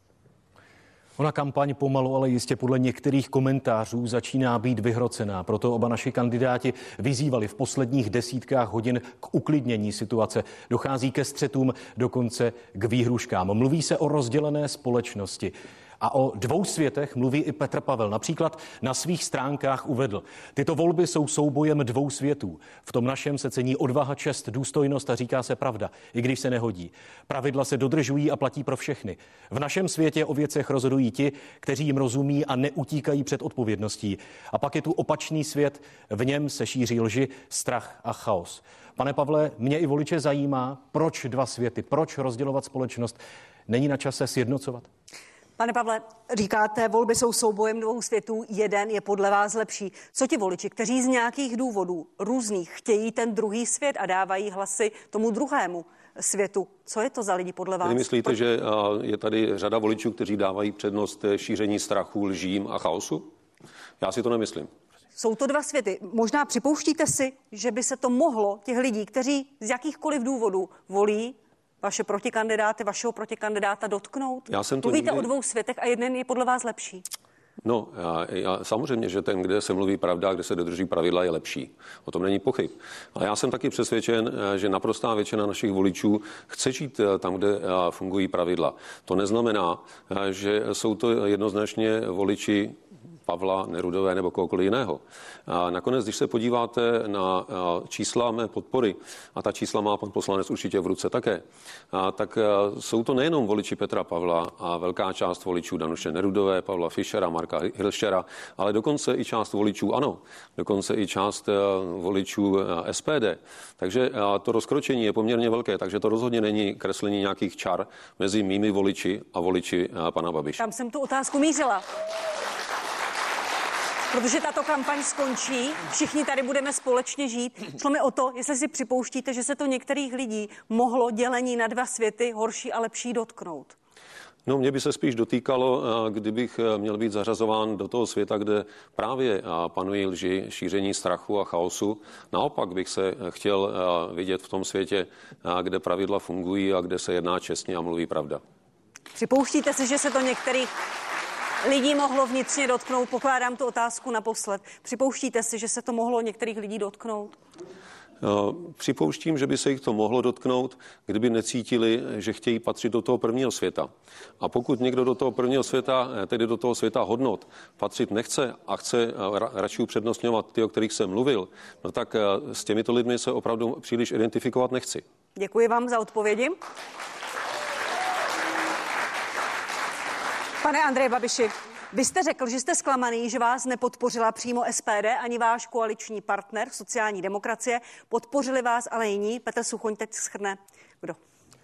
Ona kampaň pomalu, ale jistě podle některých komentářů začíná být vyhrocená. Proto oba naši kandidáti vyzývali v posledních desítkách hodin k uklidnění situace. Dochází ke střetům, dokonce k výhruškám. Mluví se o rozdělené společnosti. A o dvou světech mluví i Petr Pavel. Například na svých stránkách uvedl: tyto volby jsou soubojem dvou světů. V tom našem se cení odvaha, čest, důstojnost a říká se pravda, i když se nehodí. Pravidla se dodržují a platí pro všechny. V našem světě o věcech rozhodují ti, kteří jim rozumí a neutíkají před odpovědností. A pak je tu opačný svět, v něm se šíří lži, strach a chaos. Pane Pavle, mě i voliče zajímá, proč dva světy, proč rozdělovat společnost. Není na čase sjednocovat? Pane Pavle, říkáte, volby jsou soubojem dvou světů, jeden je podle vás lepší. Co ti voliči, kteří z nějakých důvodů různých chtějí ten druhý svět a dávají hlasy tomu druhému světu? Co je to za lidi podle vás? Vy myslíte, Proč? že je tady řada voličů, kteří dávají přednost šíření strachu, lžím a chaosu? Já si to nemyslím. Jsou to dva světy. Možná připouštíte si, že by se to mohlo těch lidí, kteří z jakýchkoliv důvodů volí vaše protikandidáty, vašeho protikandidáta dotknout? Já jsem to Mluvíte nikdy... o dvou světech a jeden je podle vás lepší. No, já, já, samozřejmě, že ten, kde se mluví pravda, kde se dodrží pravidla, je lepší. O tom není pochyb. Ale já jsem taky přesvědčen, že naprostá většina našich voličů chce žít tam, kde fungují pravidla. To neznamená, že jsou to jednoznačně voliči Pavla, Nerudové nebo kohokoliv jiného. A nakonec, když se podíváte na čísla mé podpory, a ta čísla má pan poslanec určitě v ruce také, a tak jsou to nejenom voliči Petra Pavla a velká část voličů Danuše Nerudové, Pavla Fischera, Marka Hilšera, ale dokonce i část voličů ANO, dokonce i část voličů S P D. Takže to rozkročení je poměrně velké, takže to rozhodně není kreslení nějakých čar mezi mými voliči a voliči pana Babiše. Tam jsem tu otázku mířila. Protože tato kampaň skončí, všichni tady budeme společně žít. Šlo mi o to, jestli si připouštíte, že se to některých lidí mohlo dělení na dva světy, horší a lepší, dotknout. No, mě by se spíš dotýkalo, kdybych měl být zařazován do toho světa, kde právě panují lži, šíření strachu a chaosu. Naopak bych se chtěl vidět v tom světě, kde pravidla fungují a kde se jedná čestně a mluví pravda. Připouštíte si, že se to některých lidí mohlo vnitřně dotknout? Pokládám tu otázku naposled. Připouštíte si, že se to mohlo některých lidí dotknout? Připouštím, že by se jich to mohlo dotknout, kdyby necítili, že chtějí patřit do toho prvního světa. A pokud někdo do toho prvního světa, tedy do toho světa hodnot, patřit nechce a chce radši upřednostňovat ty, o kterých jsem mluvil, no tak s těmito lidmi se opravdu příliš identifikovat nechci. Děkuji vám za odpovědi. Pane Andreji Babiši, vy jste řekl, že jste zklamaný, že vás nepodpořila přímo S P D ani váš koaliční partner sociální demokracie. Podpořili vás ale jiní. Petr Suchoň teď shrne, kdo.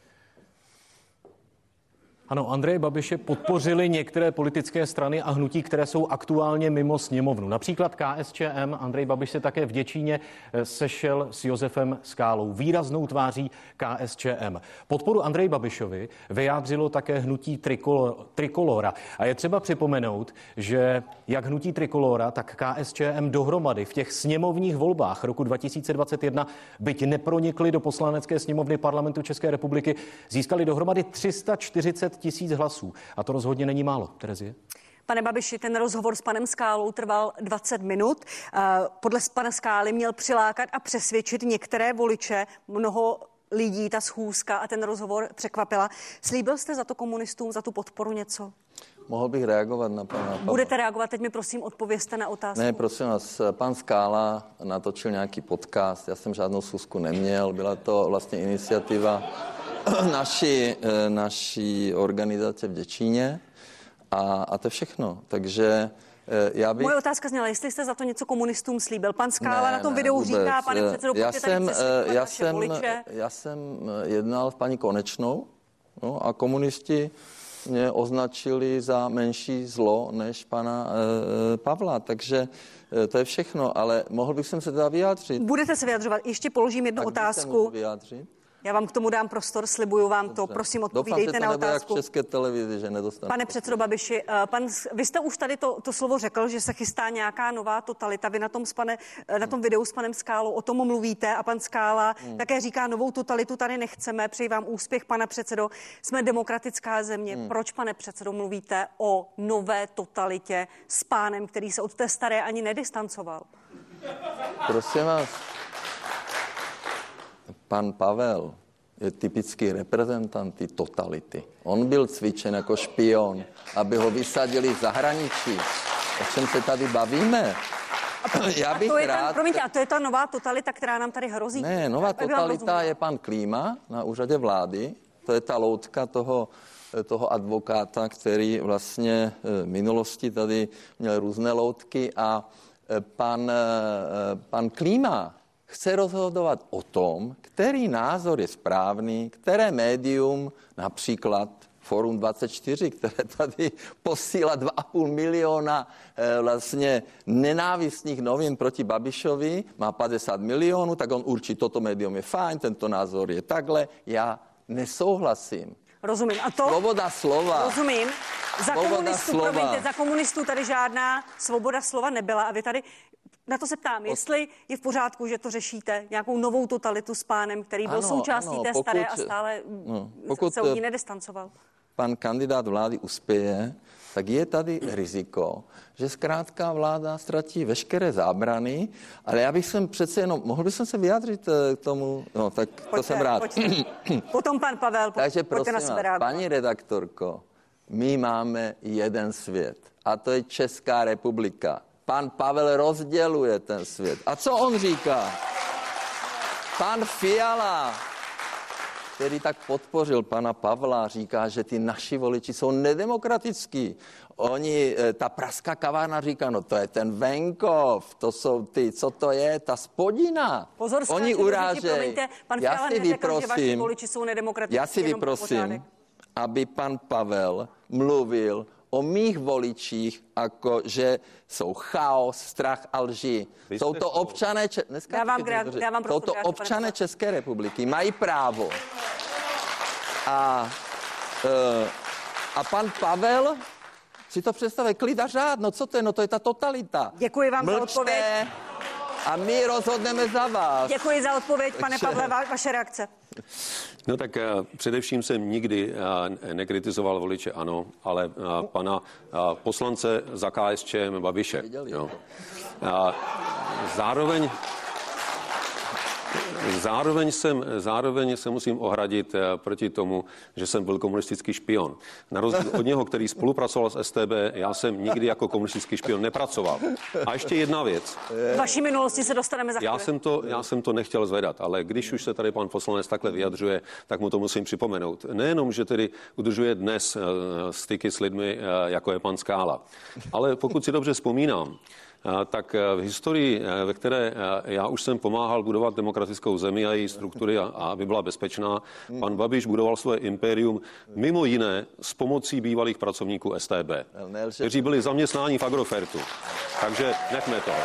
Ano, Andreje Babiše podpořili některé politické strany a hnutí, které jsou aktuálně mimo sněmovnu. Například K S Č M. Andrej Babiš se také v Děčíně sešel s Josefem Skálou, výraznou tváří K S Č M. Podporu Andreji Babišovi vyjádřilo také hnutí Trikolor, Trikolora. A je třeba připomenout, že jak hnutí Trikolora, tak K S Č M dohromady v těch sněmovních volbách roku dva tisíce dvacet jedna, byť nepronikli do poslanecké sněmovny Parlamentu České republiky, získali dohromady tři sta čtyřicet tisíc hlasů. A to rozhodně není málo. Terezie? Pane Babiši, ten rozhovor s panem Skálou trval dvacet minut. Podle pana Skály měl přilákat a přesvědčit některé voliče. Mnoho lidí ta schůzka a ten rozhovor překvapila. Slíbil jste za to komunistům, za tu podporu něco? Mohl bych reagovat na pana Pavla. Budete reagovat, teď mi prosím odpovězte na otázku. Ne, prosím vás, pan Skála natočil nějaký podcast, já jsem žádnou schůzku neměl, byla to vlastně iniciativa naší, naší organizace v Děčíně a, a to je všechno. Takže já bych... Moje otázka zněla, jestli jste za to něco komunistům slíbil. Pan Skála ne, na tom ne, videu vůbec. říká, pane předsedo, já pojďte tady jsem, přesvědčovat já naše jsem, voliče. Já jsem jednal s paní Konečnou, no, a komunisti mě označili za menší zlo než pana e, Pavla, takže e, to je všechno, ale mohl bych jsem se teda vyjádřit. Budete se vyjadřovat, ještě položím jednu tak otázku. Vyjádřit? Já vám k tomu dám prostor, slibuju vám Dobře. to. Prosím, odpovídejte Doufám, na otázku. otázku. Jak v České televizi, že nedostanu. Pane předsedo Babiši, pan, vy jste už tady to, to slovo řekl, že se chystá nějaká nová totalita. Vy na tom, s pane, na tom videu s panem Skálou o tom mluvíte a pan Skála hmm. také říká, novou totalitu tady nechceme. Přeji vám úspěch, pane předsedo. Jsme demokratická země. Hmm. Proč, pane předsedo, mluvíte o nové totalitě s pánem, který se od té staré ani nedistancoval? Prosím vás, pan Pavel je typický reprezentant té totality. On byl cvičen jako špion, aby ho vysadili v zahraničí. O čem se tady bavíme? Já bych a to je rád... Ten, promiňte, a to je ta nová totalita, která nám tady hrozí? Ne, nová totalita je pan Klíma na úřadě vlády. To je ta loutka toho, toho advokáta, který vlastně v minulosti tady měl různé loutky a pan, pan Klíma chce rozhodovat o tom, který názor je správný, které médium, například Forum dvacet čtyři, které tady posílá dva a půl miliona e, vlastně nenávistných novin proti Babišovi, má padesát milionů, tak on určí, toto médium je fajn, tento názor je takhle. Já nesouhlasím. Rozumím. A to... Svoboda slova. Rozumím. Za Svoboda komunistů, slova. promiňte, za komunistů tady žádná svoboda slova nebyla a vy tady... Na to se ptám, jestli je v pořádku, že to řešíte, nějakou novou totalitu s pánem, který byl ano, součástí ano, té pokud, staré a stále no, pokud se od ní nedistancoval. Pan kandidát vlády uspěje, tak je tady riziko, že zkrátka vláda ztratí veškeré zábrany, ale já bych sem přece jenom, mohl bych se vyjádřit k tomu, no tak pojďte, to jsem rád. Potom pan Pavel, po, takže pojďte prosím na sebe vás, paní redaktorko, my máme jeden svět a to je Česká republika. Pan Pavel rozděluje ten svět. A co on říká? Pan Fiala, který tak podpořil pana Pavla, říká, že ty naši voliči jsou nedemokratický. Oni, ta pražská kavárna říká, no to je ten venkov, to jsou ty, co to je, ta spodina. Pozor, oni urážejí. Pan já Fiala si neřekl, že vaši voliči jsou nedemokratický. Já si vyprosím, aby pan Pavel mluvil o mých voličích, jako že jsou chaos, strach a lži. Jsou to občané, če- Dneska dávám grát, dávám jsou to grát, občané České republiky, mají právo. A, uh, a pan Pavel si to představuje, klid a řád, no co to je, no to je ta totalita. Děkuji vám Mlčte, za odpověď. A my rozhodneme za vás. Děkuji za odpověď, pane Pavle, va- vaše reakce. No tak uh, především jsem nikdy uh, nekritizoval voliče ANO, ale uh, pana uh, poslance za K S Č M Babiše. No. Uh, zároveň Zároveň, jsem, zároveň se musím ohradit uh, proti tomu, že jsem byl komunistický špion. Na rozdíl od něho, který spolupracoval s S T B, já jsem nikdy jako komunistický špion nepracoval. A ještě jedna věc. V vaší minulosti se dostaneme za chvíli. Já jsem to, já jsem to nechtěl zvedat, ale když už se tady pan poslanec takhle vyjadřuje, tak mu to musím připomenout. Nejenom, že tedy udržuje dnes uh, styky s lidmi, uh, jako je pan Skála, ale pokud si dobře vzpomínám, tak v historii, ve které já už jsem pomáhal budovat demokratickou zemi a její struktury, a aby byla bezpečná, pan Babiš budoval svoje impérium mimo jiné s pomocí bývalých pracovníků S T B, kteří byli zaměstnáni v Agrofertu. Takže nechme to.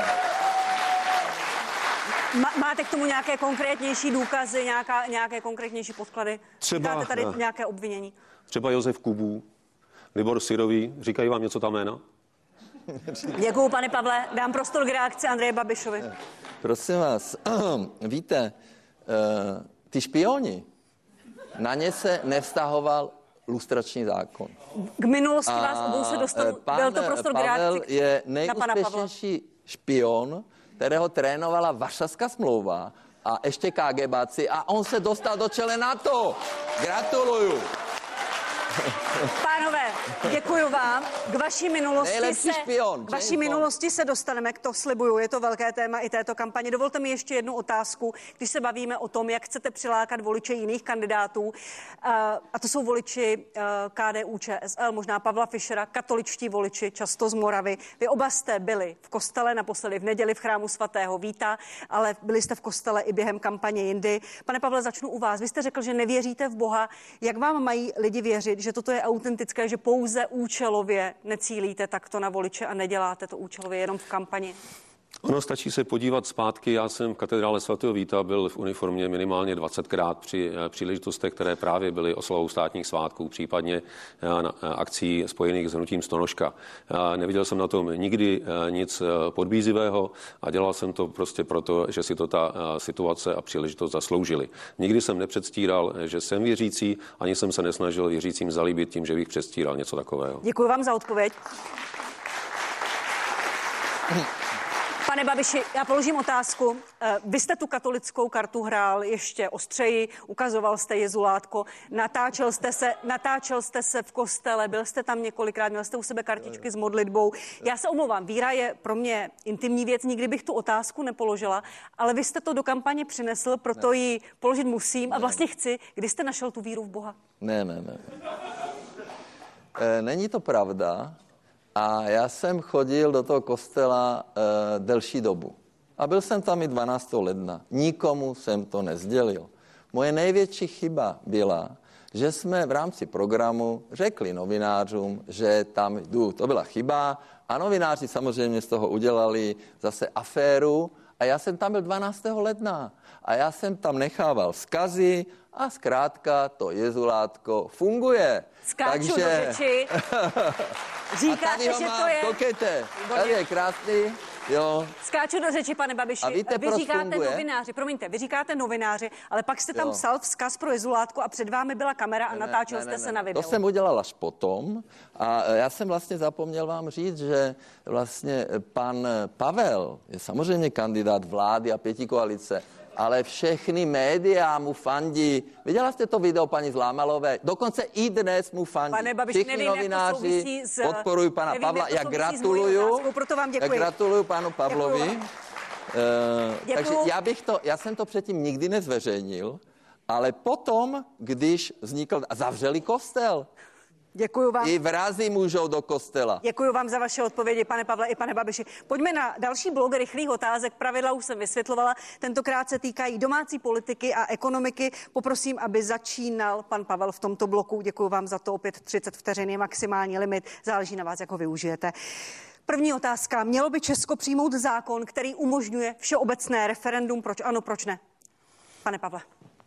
Máte k tomu nějaké konkrétnější důkazy, nějaká, nějaké konkrétnější podklady? Třeba, Máte tady nějaké obvinění? Třeba Josef Kubů, Libor Syrový, říkají vám něco ta jména? Děkuju, pane Pavle. Dám prostor k reakci Andreje Babišovi. Prosím vás, víte, ty špioni, na ně se nevztahoval lustrační zákon. K minulosti vás obou se dostanu. Byl to prostor k reakci Pavel je nejúspěšnější špion, kterého trénovala Varšavská smlouva a ještě KGBáci a on se dostal do čele NATO. Gratuluju. Pánové, děkuji vám. K vaší minulosti, se, špion, k vaší minulosti se dostaneme, k to slibuju, je to velké téma i této kampaně. Dovolte mi ještě jednu otázku, když se bavíme o tom, jak chcete přilákat voliče jiných kandidátů, a to jsou voliči K D U Č S L, možná Pavla Fischera, katoličtí voliči, často z Moravy. Vy oba jste byli v kostele, naposledy v neděli v chrámu svatého Víta, ale byli jste v kostele i během kampaně jindy. Pane Pavle, začnu u vás. Vy jste řekl, že nevěříte v Boha. Jak vám mají lidi věřit, že toto je autentické, že pouze účelově necílíte takto na voliče a neděláte to účelově jenom v kampani? Ono stačí se podívat zpátky. Já jsem v katedrále svatého Víta byl v uniformě minimálně dvacetkrát při příležitostech, které právě byly oslavou státních svátků, případně na akcí spojených s hnutím Stonožka. Neviděl jsem na tom nikdy nic podbízivého a dělal jsem to prostě proto, že si to ta situace a příležitost zasloužili. Nikdy jsem nepředstíral, že jsem věřící, ani jsem se nesnažil věřícím zalíbit tím, že bych předstíral něco takového. Děkuji vám za odpověď. Pane Babiši, já položím otázku. Vy jste tu katolickou kartu hrál ještě ostřeji, ukazoval jste jezulátko, natáčel jste se, natáčel jste se v kostele, byl jste tam několikrát, měl jste u sebe kartičky s modlitbou. Já se omlouvám, víra je pro mě intimní věc, nikdy bych tu otázku nepoložila, ale vy jste to do kampaně přinesl, proto ne. ji položit musím a vlastně chci. Kdy jste našel tu víru v Boha? Ne, ne, ne. E, není to pravda. A já jsem chodil do toho kostela e, delší dobu. A byl jsem tam i dvanáctého ledna. Nikomu jsem to nezdělil. Moje největší chyba byla, že jsme v rámci programu řekli novinářům, že tam jdu. To byla chyba a novináři samozřejmě z toho udělali zase aféru a já jsem tam byl dvanáctého ledna. A já jsem tam nechával vzkazy a zkrátka to jezulátko funguje. Skáču Takže... do řeči. Říkáte, že to je... Koukejte, tady je krásný, jo. Skáču do řeči, pane Babiši. A víte, vy říkáte funguje? novináři, promiňte, vy říkáte novináři, ale pak jste tam jo. psal vzkaz pro jezulátko a před vámi byla kamera a ne, natáčel ne, ne, jste ne, se na video. To jsem udělal až potom a já jsem vlastně zapomněl vám říct, že vlastně pan Pavel je samozřejmě kandidát vlády a pětikoalice, ale všechny média mu fandí. Viděla jste to video paní Zlámalové? Dokonce i dnes mu fandí. Pane Babiš, všichni nevím, novináři s... podporují pana nevím, Pavla. Já gratuluju. Otázkou, proto vám děkuji. Já gratuluju panu Pavlovi. Děkuju. Uh, takže já bych to, já jsem to předtím nikdy nezveřejnil, ale potom, když vznikl a zavřeli kostel. Děkuju vám. I vrazi můžou do kostela. Děkuju vám za vaše odpovědi, pane Pavle i pane Babiši. Pojďme na další blok rychlých otázek. Pravidla už jsem vysvětlovala. Tentokrát se týkají domácí politiky a ekonomiky. Poprosím, aby začínal pan Pavel v tomto bloku. Děkuju vám za to. Opět třicet vteřin je maximální limit. Záleží na vás, jak ho využijete. První otázka. Mělo by Česko přijmout zákon, který umožňuje všeobecné referendum? Proč ano, proč ne? Pane Pavle.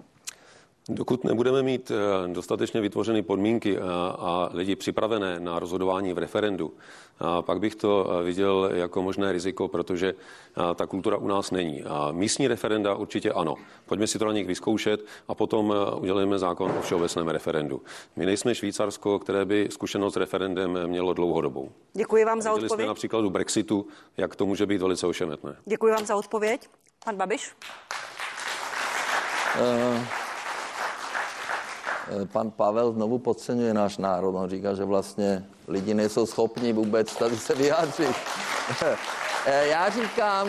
Dokud nebudeme mít dostatečně vytvořeny podmínky a lidi připravené na rozhodování v referendu, pak bych to viděl jako možné riziko, protože ta kultura u nás není. A místní referenda určitě ano. Pojďme si to na nich vyzkoušet a potom udělejme zákon o všeobecném referendu. My nejsme Švýcarsko, které by zkušenost s referendem mělo dlouhodobou. Děkuji vám za odpověď. odpověď. Jsme na příkladu Brexitu, jak to může být velice ošemetné. Děkuji vám za odpověď. Pan Babiš? Uh... Pan Pavel znovu podceňuje náš národ. On říká, že vlastně lidi nejsou schopni vůbec tady se vyjádřit. Já říkám,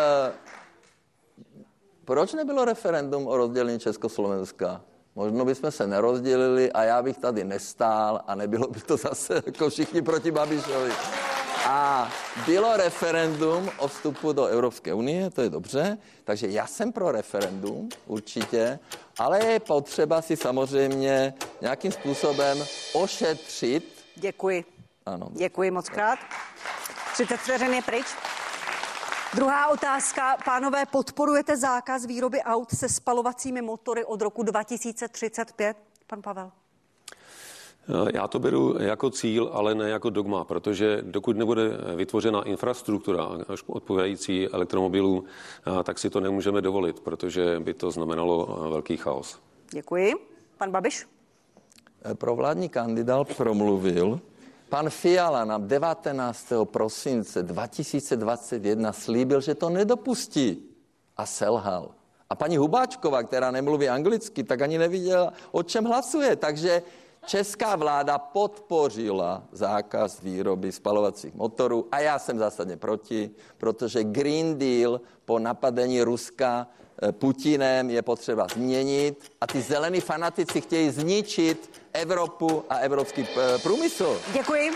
proč nebylo referendum o rozdělení Československa? Možno bychom se nerozdělili a já bych tady nestál a nebylo by to zase jako všichni proti Babišovi. A bylo referendum o vstupu do Evropské unie, to je dobře, takže já jsem pro referendum, určitě, ale je potřeba si samozřejmě nějakým způsobem ošetřit. Děkuji. Ano. Děkuji moc krát. třicet vteřin je pryč. Druhá otázka. Pánové, podporujete zákaz výroby aut se spalovacími motory od roku dva tisíce třicet pět? Pan Pavel. Já to beru jako cíl, ale ne jako dogma, protože dokud nebude vytvořena infrastruktura odpovídající elektromobilům, tak si to nemůžeme dovolit, protože by to znamenalo velký chaos. Děkuji. Pan Babiš? Provládní kandidát promluvil. Pan Fiala nám devatenáctého prosince dva tisíce dvacet jedna slíbil, že to nedopustí a selhal. A paní Hubáčková, která nemluví anglicky, tak ani neviděla, o čem hlasuje. Takže česká vláda podpořila zákaz výroby spalovacích motorů a já jsem zásadně proti, protože Green Deal po napadení Ruska Putinem je potřeba změnit a ty zelení fanatici chtějí zničit Evropu a evropský průmysl. Děkuji.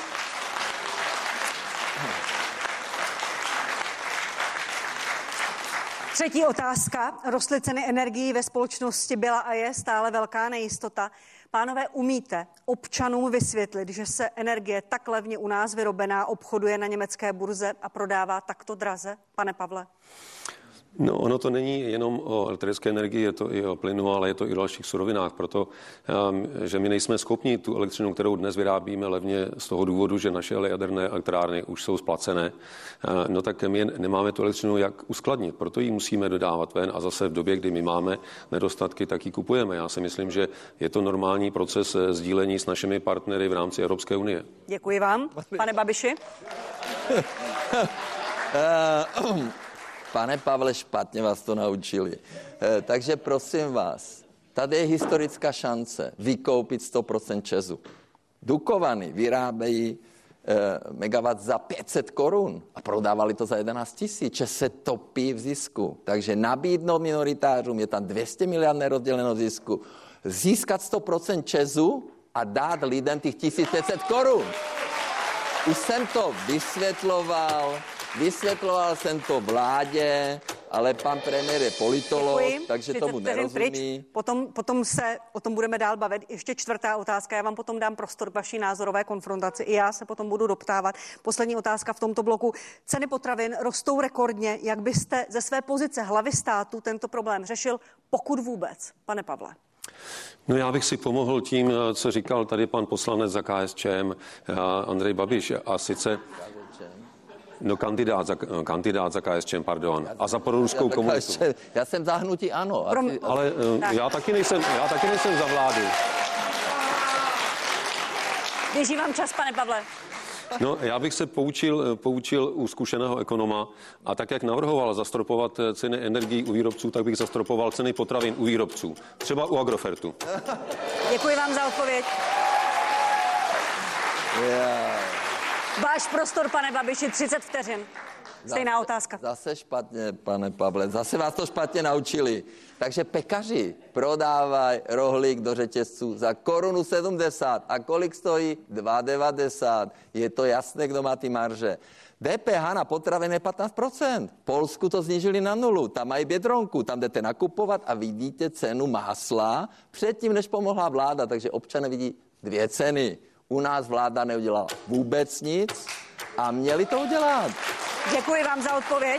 Třetí otázka. Rostly ceny energií ve společnosti, byla a je stále velká nejistota. Pánové, umíte občanům vysvětlit, že se energie tak levně u nás vyrobená obchoduje na německé burze a prodává takto draze? Pane Pavle. No, ono to není jenom o elektrické energii, je to i o plynu, ale je to i o dalších surovinách, proto, um, že my nejsme schopni tu elektřinu, kterou dnes vyrábíme levně z toho důvodu, že naše jaderné elektrárny už jsou splacené, uh, no tak my nemáme tu elektřinu jak uskladnit, proto ji musíme dodávat ven a zase v době, kdy my máme nedostatky, tak ji kupujeme. Já si myslím, že je to normální proces sdílení s našimi partnery v rámci Evropské unie. Děkuji vám. Pane Babiši. Pane Pavle, špatně vás to naučili. E, takže prosím vás, tady je historická šance vykoupit sto procent ČEZu. Dukovany vyrábějí e, megawatt za pět set korun a prodávali to za jedenáct tisíc. ČEZ se topí v zisku. Takže nabídnout minoritářům, je tam dvě stě miliard nerozděleno zisku, získat sto procent ČEZu a dát lidem těch tisíc pět set korun. Už jsem to vysvětloval, vysvětloval jsem to vládě, ale pan premiér je politolog, Děkuji. takže tomu nerozumí. Potom, potom se o tom budeme dál bavit. Ještě čtvrtá otázka, já vám potom dám prostor k vaší názorové konfrontaci. I já se potom budu doptávat. Poslední otázka v tomto bloku. Ceny potravin rostou rekordně. Jak byste ze své pozice hlavy státu tento problém řešil, pokud vůbec, pane Pavle? No já bych si pomohl tím, co říkal tady pan poslanec za K S Č M Andrej Babiš, a sice no kandidát za, kandidát za K S Č M, pardon, a za proruskou komunitu. Já jsem za hnutí ANO. Prom... Asi, ale tak. já taky nejsem, já taky nejsem za vládu. Běží vám čas, pane Pavle. No, já bych se poučil, poučil u zkušeného ekonoma a tak, jak navrhoval zastropovat ceny energií u výrobců, tak bych zastropoval ceny potravin u výrobců. Třeba u Agrofertu. Děkuji vám za odpověď. Yeah. Váš prostor, pane Babiši, třicet vteřin. Stejná zase, otázka. Zase špatně, pane Pavle, zase vás to špatně naučili. Takže pekaři prodávají rohlík do řetězců za korunu sedmdesát. A kolik stojí? dva devadesát. Je to jasné, kdo má ty marže. D P H na potraviny je patnáct procent. V Polsku to snížili na nulu. Tam mají Bědronku. Tam jdete nakupovat a vidíte cenu másla předtím, než pomohla vláda. Takže občané vidí dvě ceny. U nás vláda neudělala vůbec nic a měli to udělat. Děkuji vám za odpověď.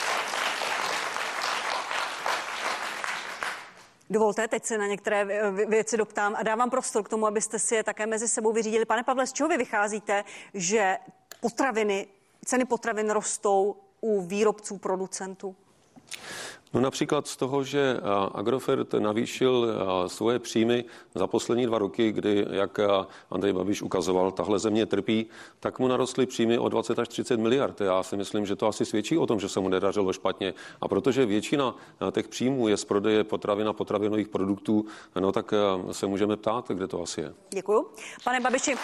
Dovolte, teď se na některé věci doptám a dávám prostor k tomu, abyste si je také mezi sebou vyřídili. Pane Pavle, z čeho vy vycházíte, že potraviny, ceny potravin rostou u výrobců, producentů? No například z toho, že Agrofert navýšil svoje příjmy za poslední dva roky, kdy, jak Andrej Babiš ukazoval, tahle země trpí, tak mu narostly příjmy o dvacet až třicet miliard. Já si myslím, že to asi svědčí o tom, že se mu nedařilo špatně. A protože většina těch příjmů je z prodeje potravin a potravinových produktů, no tak se můžeme ptát, kde to asi je. Děkuju. Pane Babiši,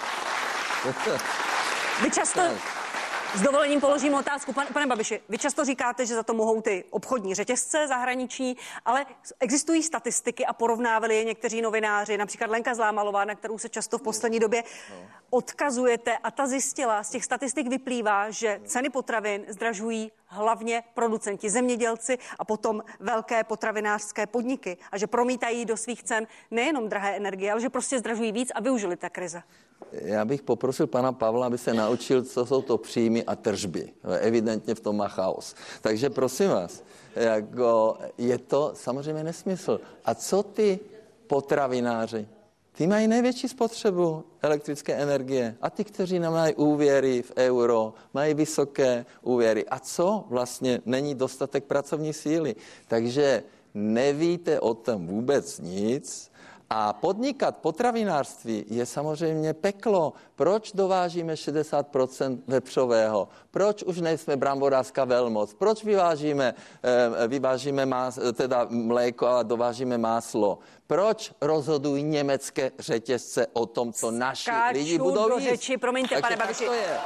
vy často... S dovolením položím otázku. Pane, pane Babiši, vy často říkáte, že za to mohou ty obchodní řetězce zahraniční, ale existují statistiky a porovnávali je někteří novináři, například Lenka Zlámalová, na kterou se často v poslední době odkazujete, a ta zjistila, z těch statistik vyplývá, že ceny potravin zdražují hlavně producenti, zemědělci a potom velké potravinářské podniky a že promítají do svých cen nejenom drahé energie, ale že prostě zdražují víc a využili té krize. Já bych poprosil pana Pavla, aby se naučil, co jsou to příjmy a tržby. Evidentně v tom má chaos. Takže prosím vás, jako je to samozřejmě nesmysl. A co ty potravináři? Ty mají největší spotřebu elektrické energie. A ty, kteří nemají úvěry v euro, mají vysoké úvěry. A co? Vlastně není dostatek pracovní síly. Takže nevíte o tom vůbec nic. A podnikat potravinářství je samozřejmě peklo. Proč dovážíme šedesát procent vepřového? Proč už nejsme bramborářská velmoc? Proč vyvážíme, vyvážíme más, teda mléko a dovážíme máslo? Proč rozhodují německé řetězce o tom, co naši Skáču lidi budou do jíst? řeči, promiňte, Takže pane Babiši. to je.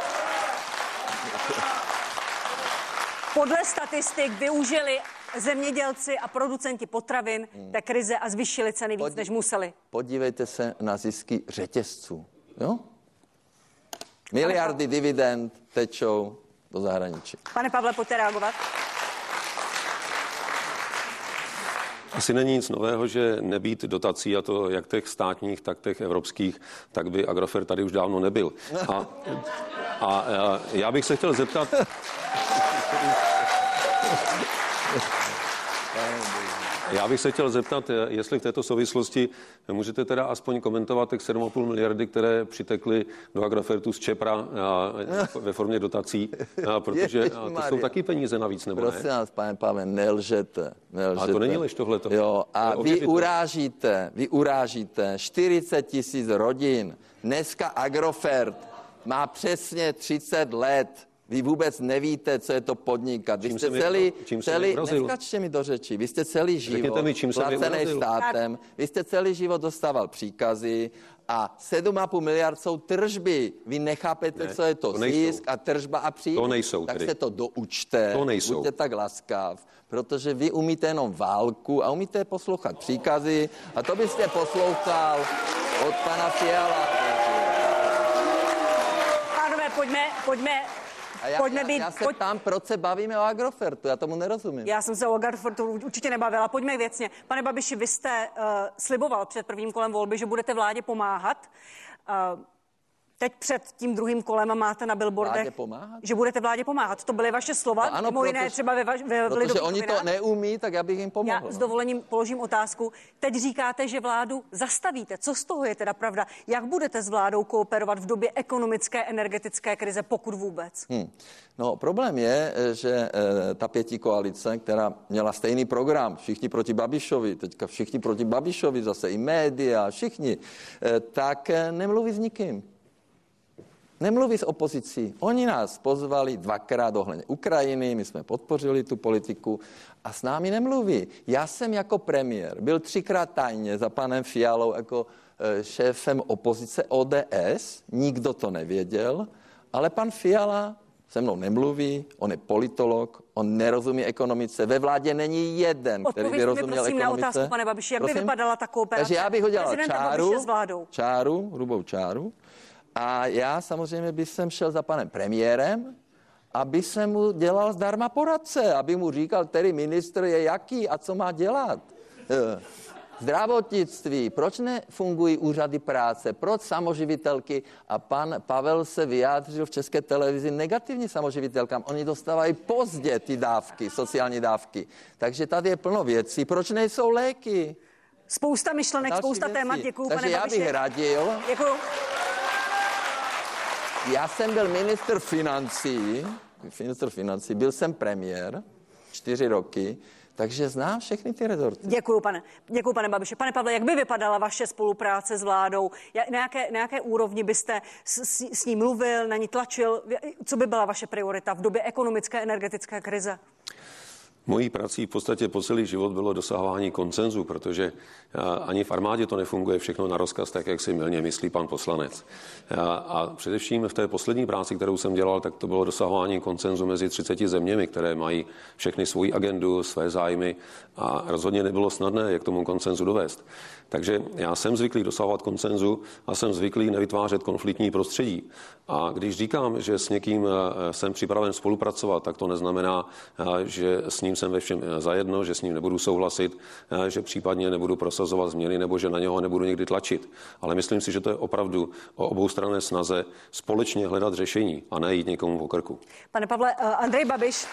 Podle statistik využili zemědělci a producenti potravin hmm. té krize a zvýšili ceny víc, Podí- než museli. Podívejte se na zisky řetězců. Jo? Miliardy dividend tečou do zahraničí. Pane Pavle, pojďte reagovat. Asi není nic nového, že nebýt dotací, a to jak těch státních, tak těch evropských, tak by Agrofert tady už dávno nebyl. A, a, a já bych se chtěl zeptat... Já bych se chtěl zeptat, jestli v této souvislosti můžete teda aspoň komentovat těch sedm a půl miliardy, které přitekly do Agrofertu z Čepra ve formě dotací, protože to jsou taky peníze navíc, nebo ne? Prosím vás, pane Pavle, nelžete, nelžete. A to není lež tohleto. Jo, a vy urážíte, vy urážíte čtyřicet tisíc rodin. Dneska Agrofert má přesně třicet let. Vy vůbec nevíte, co je to podnikat. Vy Čím jste mi, celý, čím celý neskačte mi do řeči, vy jste celý život mi, čím placený státem, vy jste celý život dostával příkazy a sedm a půl miliard jsou tržby. Vy nechápete, ne, co je to, to zisk a tržba a příjem. To nejsou tak tedy. se to doučte, to nejsou. buďte tak laskav, protože vy umíte jenom válku a umíte poslouchat příkazy a to byste poslouchal od pana Fiala. Pánové, pojďme, pojďme. A já, Pojďme já, být, já se pojď... ptám, proč se bavíme o Agrofertu, já tomu nerozumím. Já jsem se o Agrofertu určitě nebavila. Pojďme věcně. Pane Babiši, vy jste uh, sliboval před prvním kolem volby, že budete vládě pomáhat. Uh, teď před tím druhým kolem máte na billboardech, že budete vládě pomáhat. To byly vaše slova, no ano, mimo jiné třeba ve, ve, ve Protože oni to neumí, tak já bych jim pomohl. Já s dovolením položím otázku. Teď říkáte, že vládu zastavíte. Co z toho je teda pravda? Jak budete s vládou kooperovat v době ekonomické, energetické krize, pokud vůbec? Hmm. No, problém je, že e, ta pětí koalice, která měla stejný program, všichni proti Babišovi, teďka všichni proti Babišovi, zase i média, všichni, e, tak e, nemluví s nikým. Nemluví s opozicí. Oni nás pozvali dvakrát ohledně Ukrajiny, my jsme podpořili tu politiku a s námi nemluví. Já jsem jako premiér byl třikrát tajně za panem Fialou jako e, šéfem opozice O D S, nikdo to nevěděl, ale pan Fiala se mnou nemluví, on je politolog, on nerozumí ekonomice, ve vládě není jeden, který by rozuměl ekonomice. Na otázku, pane Babiši, jak prosím? by vypadala ta kooperace? Takže já bych udělal čáru, s vládou. čáru, hrubou čáru. A já samozřejmě bych sem šel za panem premiérem, aby se mu dělal zdarma poradce, aby mu říkal, který ministr je jaký a co má dělat. Zdravotnictví, proč nefungují úřady práce, proč samoživitelky a pan Pavel se vyjádřil v České televizi negativně samoživitelkám. Oni dostávají pozdě ty dávky, sociální dávky. Takže tady je plno věcí, proč nejsou léky? Spousta myšlenek, spousta věci. témat, děkuju, Takže pane já Babiši. bych radil. Děkuju. Já jsem byl ministr financí, ministr financí, byl jsem premiér čtyři roky, takže znám všechny ty rezorty. Děkuju, pane. Děkuju, pane Babiši. Pane Pavle, jak by vypadala vaše spolupráce s vládou? Na jaké, na jaké úrovni byste s, s, s ní mluvil, na ní tlačil? Co by byla vaše priorita v době ekonomické, energetické krize? Mojí prací v podstatě po celý život bylo dosahování konsenzu, protože ani v armádě to nefunguje všechno na rozkaz, tak jak si mylně myslí pan poslanec. A především v té poslední práci, kterou jsem dělal, tak to bylo dosahování konsenzu mezi třiceti zeměmi, které mají všechny svoji agendu, své zájmy a rozhodně nebylo snadné, jak tomu konsenzu dovést. Takže já jsem zvyklý dosahovat konsenzu a jsem zvyklý nevytvářet konfliktní prostředí. A když říkám, že s někým jsem připraven spolupracovat, tak to neznamená, že s ním jsem ve všem zajedno, že s ním nebudu souhlasit, že případně nebudu prosazovat změny nebo že na něho nebudu nikdy tlačit. Ale myslím si, že to je opravdu o oboustranné snaze společně hledat řešení a ne jít někomu po krku. Pane Pavle, Andrej Babiš.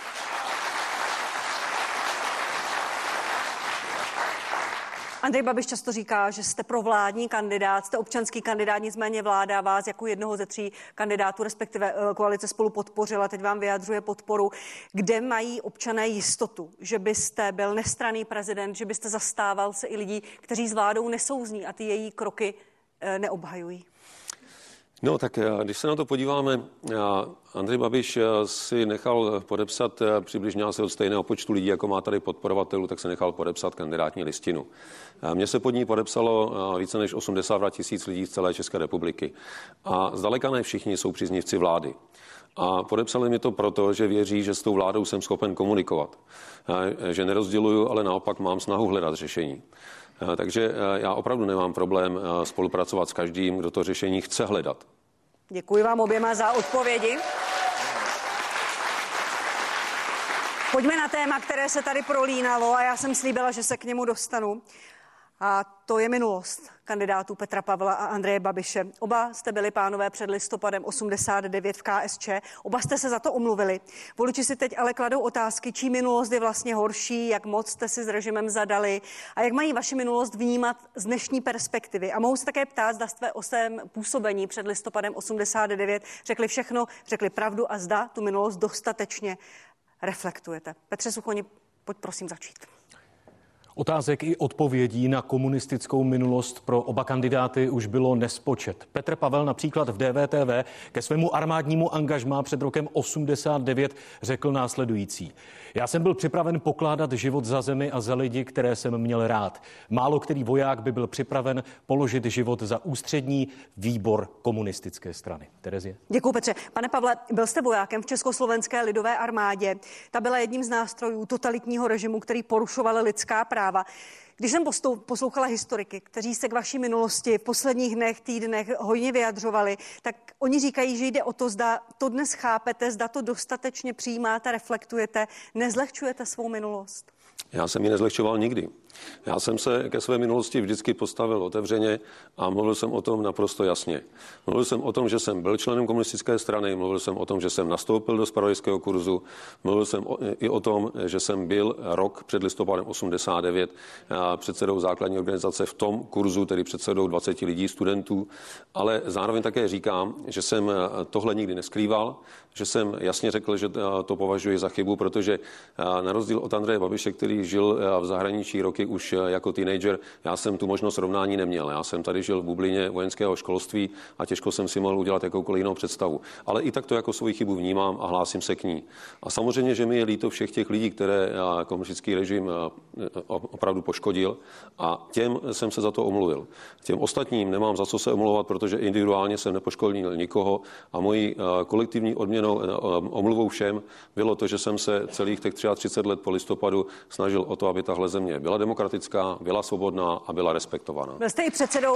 Andrej Babiš často říká, že jste provládní kandidát, jste občanský kandidát, nicméně vláda vás jako jednoho ze tří kandidátů, respektive koalice Spolu podpořila, teď vám vyjadřuje podporu. Kde mají občané jistotu, že byste byl nestranný prezident, že byste zastával se i lidí, kteří s vládou nesouzní a ty její kroky neobhajují? No tak když se na to podíváme, Andrej Babiš si nechal podepsat přibližně asi od stejného počtu lidí, jako má tady podporovatelů, tak se nechal podepsat kandidátní listinu. Mně se pod ní podepsalo více než osmdesát dva tisíc lidí z celé České republiky. A zdaleka ne všichni jsou příznivci vlády. A podepsali mi to proto, že věří, že s tou vládou jsem schopen komunikovat. Že nerozděluju, ale naopak mám snahu hledat řešení. Takže já opravdu nemám problém spolupracovat s každým, kdo to řešení chce hledat. Děkuji vám oběma za odpovědi. Pojďme na téma, které se tady prolínalo a já jsem slíbila, že se k němu dostanu. A to je minulost kandidátů Petra Pavla a Andreje Babiše. Oba jste byli, pánové, před listopadem osmdesát devět v K S Č. Oba jste se za to omluvili. Voliči si teď ale kladou otázky, čí minulost je vlastně horší, jak moc jste si s režimem zadali a jak mají vaši minulost vnímat z dnešní perspektivy. A mohou se také ptát, zda jste o svém působení před listopadem osmdesát devět řekli všechno, řekli pravdu a zda tu minulost dostatečně reflektujete. Petře Suchoni, pojď prosím začít. Otázek i odpovědí na komunistickou minulost pro oba kandidáty už bylo nespočet. Petr Pavel například v D V T V ke svému armádnímu angažmá před rokem osmdesát devět řekl následující. Já jsem byl připraven pokládat život za zemi a za lidi, které jsem měl rád. Málo který voják by byl připraven položit život za ústřední výbor komunistické strany. Terezie. Děkuji, Petře. Pane Pavle, byl jste vojákem v Československé lidové armádě. Ta byla jedním z nástrojů totalitního režimu, který porušoval lidská práva. Když jsem poslouchala historiky, kteří se k vaší minulosti v posledních dnech, týdnech hodně vyjadřovali, tak oni říkají, že jde o to, zda to dnes chápete, zda to dostatečně přijímáte, reflektujete, nezlehčujete svou minulost. Já jsem ji nezlehčoval nikdy. Já jsem se ke své minulosti vždycky postavil otevřeně a mluvil jsem o tom naprosto jasně. Mluvil jsem o tom, že jsem byl členem komunistické strany, mluvil jsem o tom, že jsem nastoupil do zpravodajského kurzu, mluvil jsem o, i o tom, že jsem byl rok před listopadem osmdesát devět předsedou základní organizace v tom kurzu, tedy předsedou dvaceti lidí, studentů, ale zároveň také říkám, že jsem tohle nikdy neskrýval, že jsem jasně řekl, že to považuji za chybu, protože na rozdíl od Andreje Babiše, který žil v zahraničí roky už jako teenager, já jsem tu možnost rovnání neměl. Já jsem tady žil v bublině vojenského školství a těžko jsem si mohl udělat jakoukoliv jinou představu. Ale i tak to jako svou chybu vnímám a hlásím se k ní. A samozřejmě, že mi je líto všech těch lidí, které komunistický režim opravdu poškodil, a těm jsem se za to omluvil. Těm ostatním nemám za co se omlouvat, protože individuálně jsem nepoškodil nikoho a mojí kolektivní odměnou, omluvou všem bylo to, že jsem se celých těch třicet tři let po listopadu snažil o to, aby tahle země byla demokratická, byla svobodná a byla respektovaná. Byl jste i předsedou,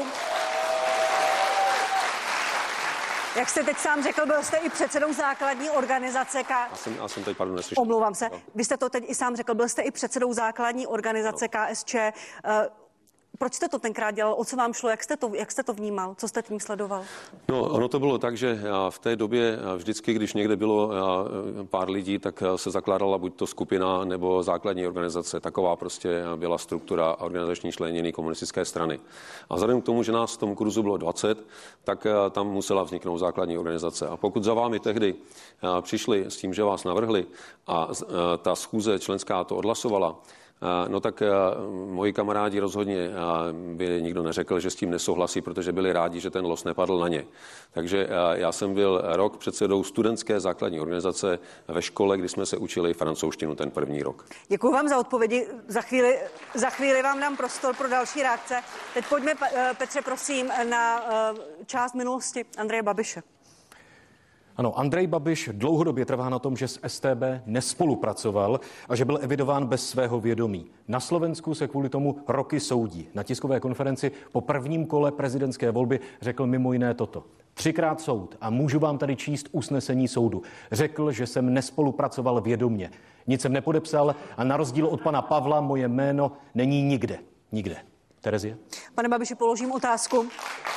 jak jste teď sám řekl, byl jste i předsedou základní organizace K... Já jsem, já jsem teď, pardon, neslyšel. Omlouvám se. No. Vy jste to teď i sám řekl, byl jste i předsedou základní organizace no. K S Č. Uh, Proč jste to tenkrát dělal? O co vám šlo? Jak jste to, jak jste to vnímal? Co jste tím sledoval? No, ono to bylo tak, že v té době vždycky, když někde bylo pár lidí, tak se zakládala buď to skupina nebo základní organizace. Taková prostě byla struktura organizační členění komunistické strany. A vzhledem k tomu, že nás v tom kurzu bylo dvacet, tak tam musela vzniknout základní organizace. A pokud za vámi tehdy přišli s tím, že vás navrhli a ta schůze členská to odhlasovala, no tak moji kamarádi rozhodně by nikdo neřekl, že s tím nesouhlasí, protože byli rádi, že ten los nepadl na ně. Takže já jsem byl rok předsedou studentské základní organizace ve škole, kdy jsme se učili francouzštinu ten první rok. Děkuji vám za odpovědi. Za chvíli, za chvíli vám dám prostor pro další reakce. Teď pojďme, Petře, prosím, na část minulosti Andreje Babiše. Ano, Andrej Babiš dlouhodobě trvá na tom, že s S T B nespolupracoval a že byl evidován bez svého vědomí. Na Slovensku se kvůli tomu roky soudí. Na tiskové konferenci po prvním kole prezidentské volby řekl mimo jiné toto. Třikrát soud a můžu vám tady číst usnesení soudu. Řekl, že jsem nespolupracoval vědomě. Nic jsem nepodepsal a na rozdíl od pana Pavla moje jméno není nikde. Nikde. Terezie? Pane Babiši, položím otázku.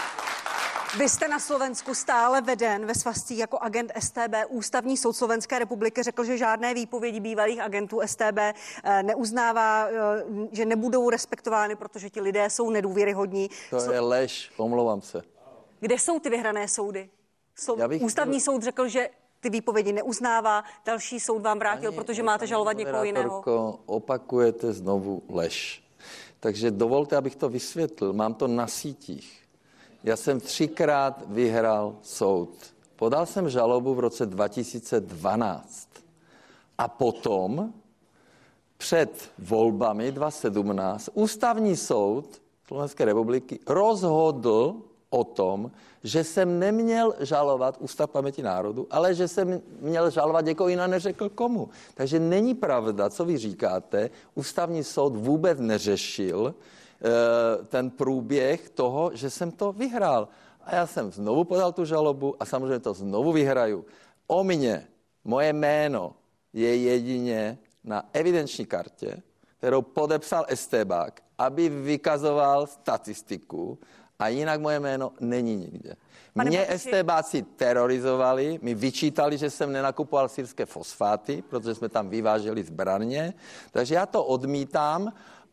Vy jste na Slovensku stále veden ve svazcích jako agent S T B. Ústavní soud Slovenské republiky řekl, že žádné výpovědi bývalých agentů S T B neuznává, že nebudou respektovány, protože ti lidé jsou nedůvěryhodní. To je lež, omlouvám se. Kde jsou ty vyhrané soudy? Slo- bych... Ústavní soud řekl, že ty výpovědi neuznává, další soud vám vrátil, Ani, protože máte žalovat někoho jiného. Opakujete znovu lež. Takže dovolte, abych to vysvětlil. Mám to na sítích. Já jsem třikrát vyhrál soud. Podal jsem žalobu v roce dva tisíce dvanáct. A potom, před volbami dva tisíce sedmnáct, Ústavní soud Slovenské republiky rozhodl o tom, že jsem neměl žalovat Ústav paměti národu, ale že jsem měl žalovat někoho jiného, neřekl komu. Takže není pravda, co vy říkáte. Ústavní soud vůbec neřešil ten průběh toho, že jsem to vyhrál. A já jsem znovu podal tu žalobu a samozřejmě to znovu vyhraju. O mně, moje jméno je jedině na evidenční kartě, kterou podepsal estébák, aby vykazoval statistiku, a jinak moje jméno není nikde. Pane Mě Babiši... estébáci terorizovali, mi vyčítali, že jsem nenakupoval syrské fosfáty, protože jsme tam vyváželi zbraně, takže já to odmítám.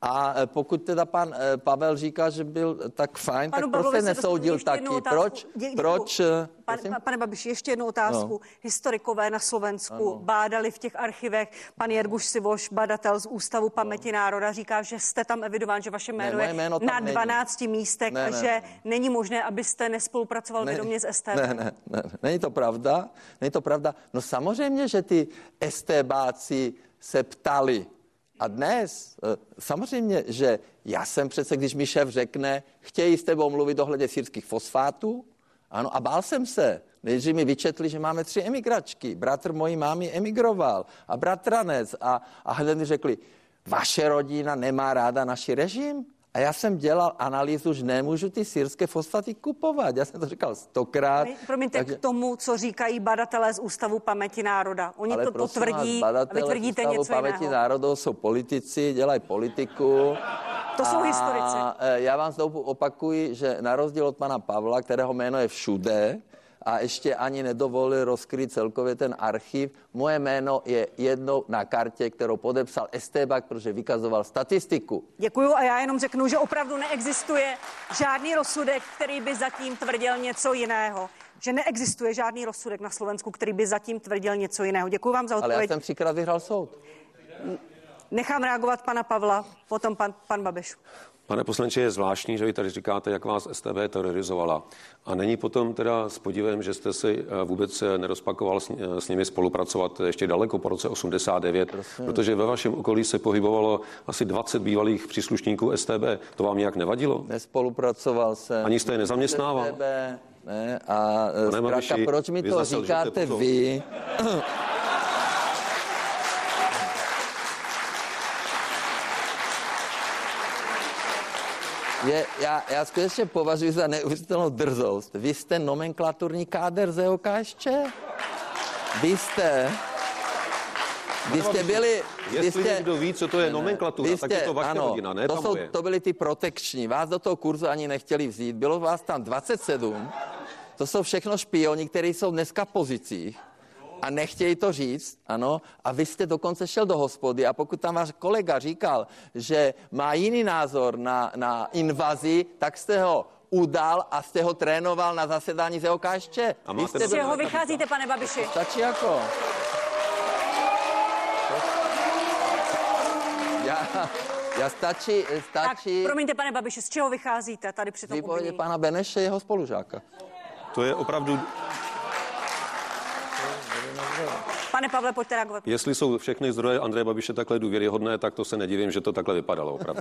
A pokud teda pan Pavel říká, že byl tak fajn, Panu tak proč se nesoudil ještě taky? Proč? Dě, proč Pan, pane Babiši, ještě jednu otázku. No. Historikové na Slovensku ano. bádali v těch archivech. Pan Jerguš Sivoš, badatel z Ústavu paměti no. národa, říká, že jste tam evidován, že vaše jméno ne, je jméno na dvanácti není. místech ne, a ne, že ne. není možné, abyste nespolupracoval ne, vědomě s S T B. Ne, ne, ne, není to pravda. Není to pravda. No samozřejmě, že ty STBáci se ptali. A dnes, samozřejmě, že já jsem přece, když mi šéf řekne, chtějí s tebou mluvit ohledně syrských fosfátů, ano, a bál jsem se. Nejdřív mi vyčetli, že máme tři emigračky. Bratr mojí mámy emigroval a bratranec. A, a hned mi řekli, vaše rodina nemá ráda naši režim? A já jsem dělal analýzu, že nemůžu ty syrské fosfaty kupovat. Já jsem to říkal stokrát. Promiňte, takže... k tomu, co říkají badatelé z Ústavu paměti národa. Oni ale to potvrdí a vy tvrdíte něco jiného. Paměti národů jsou politici, dělají politiku. To jsou a historici. Já vám znovu opakuji, že na rozdíl od pana Pavla, kterého jméno je všude, a ještě ani nedovolil rozkryt celkově ten archiv. Moje jméno je jednou na kartě, kterou podepsal Estébák, protože vykazoval statistiku. Děkuju a já jenom řeknu, že opravdu neexistuje žádný rozsudek, který by zatím tvrdil něco jiného. Že neexistuje žádný rozsudek na Slovensku, který by zatím tvrdil něco jiného. Děkuju vám za odpověď. Ale já jsem třikrát vyhrál soud. Nechám reagovat pana Pavla, potom pan, pan Babiš. Pane poslanče, je zvláštní, že vy tady říkáte, jak vás S T B terorizovala. A není potom teda s podívem, že jste si vůbec nerozpakoval s, s nimi spolupracovat ještě daleko po roce osmdesát devět, Prosím. protože ve vašem okolí se pohybovalo asi dvacet bývalých příslušníků S T B. To vám nějak nevadilo? Nespolupracoval jsem. Ani jste je nezaměstnával? S T B, ne, a zkrátka, proč mi to říkáte vy? Je, já, já skutečně považuji za neuvěřitelnou drzost. Vy jste nomenklaturní káder z O K S Č? Vy jste... Vy jste byli... Jestli vy jste, někdo ví, co to je nomenklatura, jste, tak je to vaše ano, rodina, ne to, ta jsou, moje. To byli ty protekční. Vás do toho kurzu ani nechtěli vzít. Bylo vás tam dvacet sedm. To jsou všechno špioni, kteří jsou dneska v pozicích. A nechtějí to říct, ano, a vy jste dokonce šel do hospody a pokud tam váš kolega říkal, že má jiný názor na, na invazi, tak jste ho udal a jste ho trénoval na zasedání z O K S Č. A máte z čeho vycházíte, pane Babiši? To stačí jako... Já, já stačí, stačí... Tak, promiňte, pane Babiši, z čeho vycházíte tady při tom obvinění? Výpověď pana Beneše, jeho spolužáka. To je opravdu... Pane Pavle, pojďte reagovat. Jestli jsou všechny zdroje Andreje Babiše takhle důvěryhodné, tak to se nedivím, že to takhle vypadalo opravdu.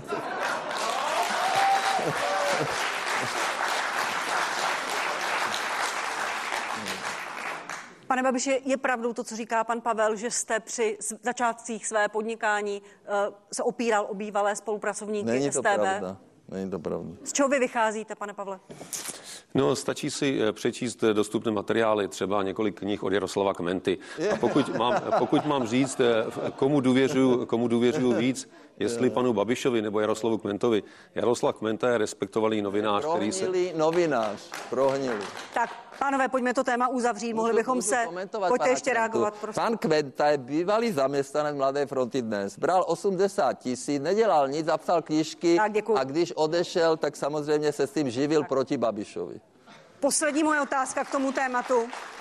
Pane Babiši, je pravdou to, co říká pan Pavel, že jste při začátcích své podnikání uh, se opíral o bývalé spolupracovníky Není S T B? To pravda. Není to pravda. Z čeho vy vycházíte, pane Pavle? No, stačí si přečíst dostupné materiály, třeba několik knih od Jaroslava Kmenty. A pokud mám, pokud mám říct, komu důvěřuju, komu důvěřuju víc, jestli panu Babišovi nebo Jaroslavu Kmentovi. Jaroslav Kmenta je respektovaný novinář, který se... Prohnilý novinář, prohnilý. Tak, pánové, pojďme to téma uzavřít, mohli bychom se... Pojďte ještě Kmentu. reagovat, prosím. Pan Kmenta je bývalý zaměstnanec Mladé fronty Dnes. Bral osmdesát tisíc, nedělal nic, zapsal knížky a když odešel, tak samozřejmě se s tím živil tak. proti Babišovi. Poslední moje otázka k tomu tématu.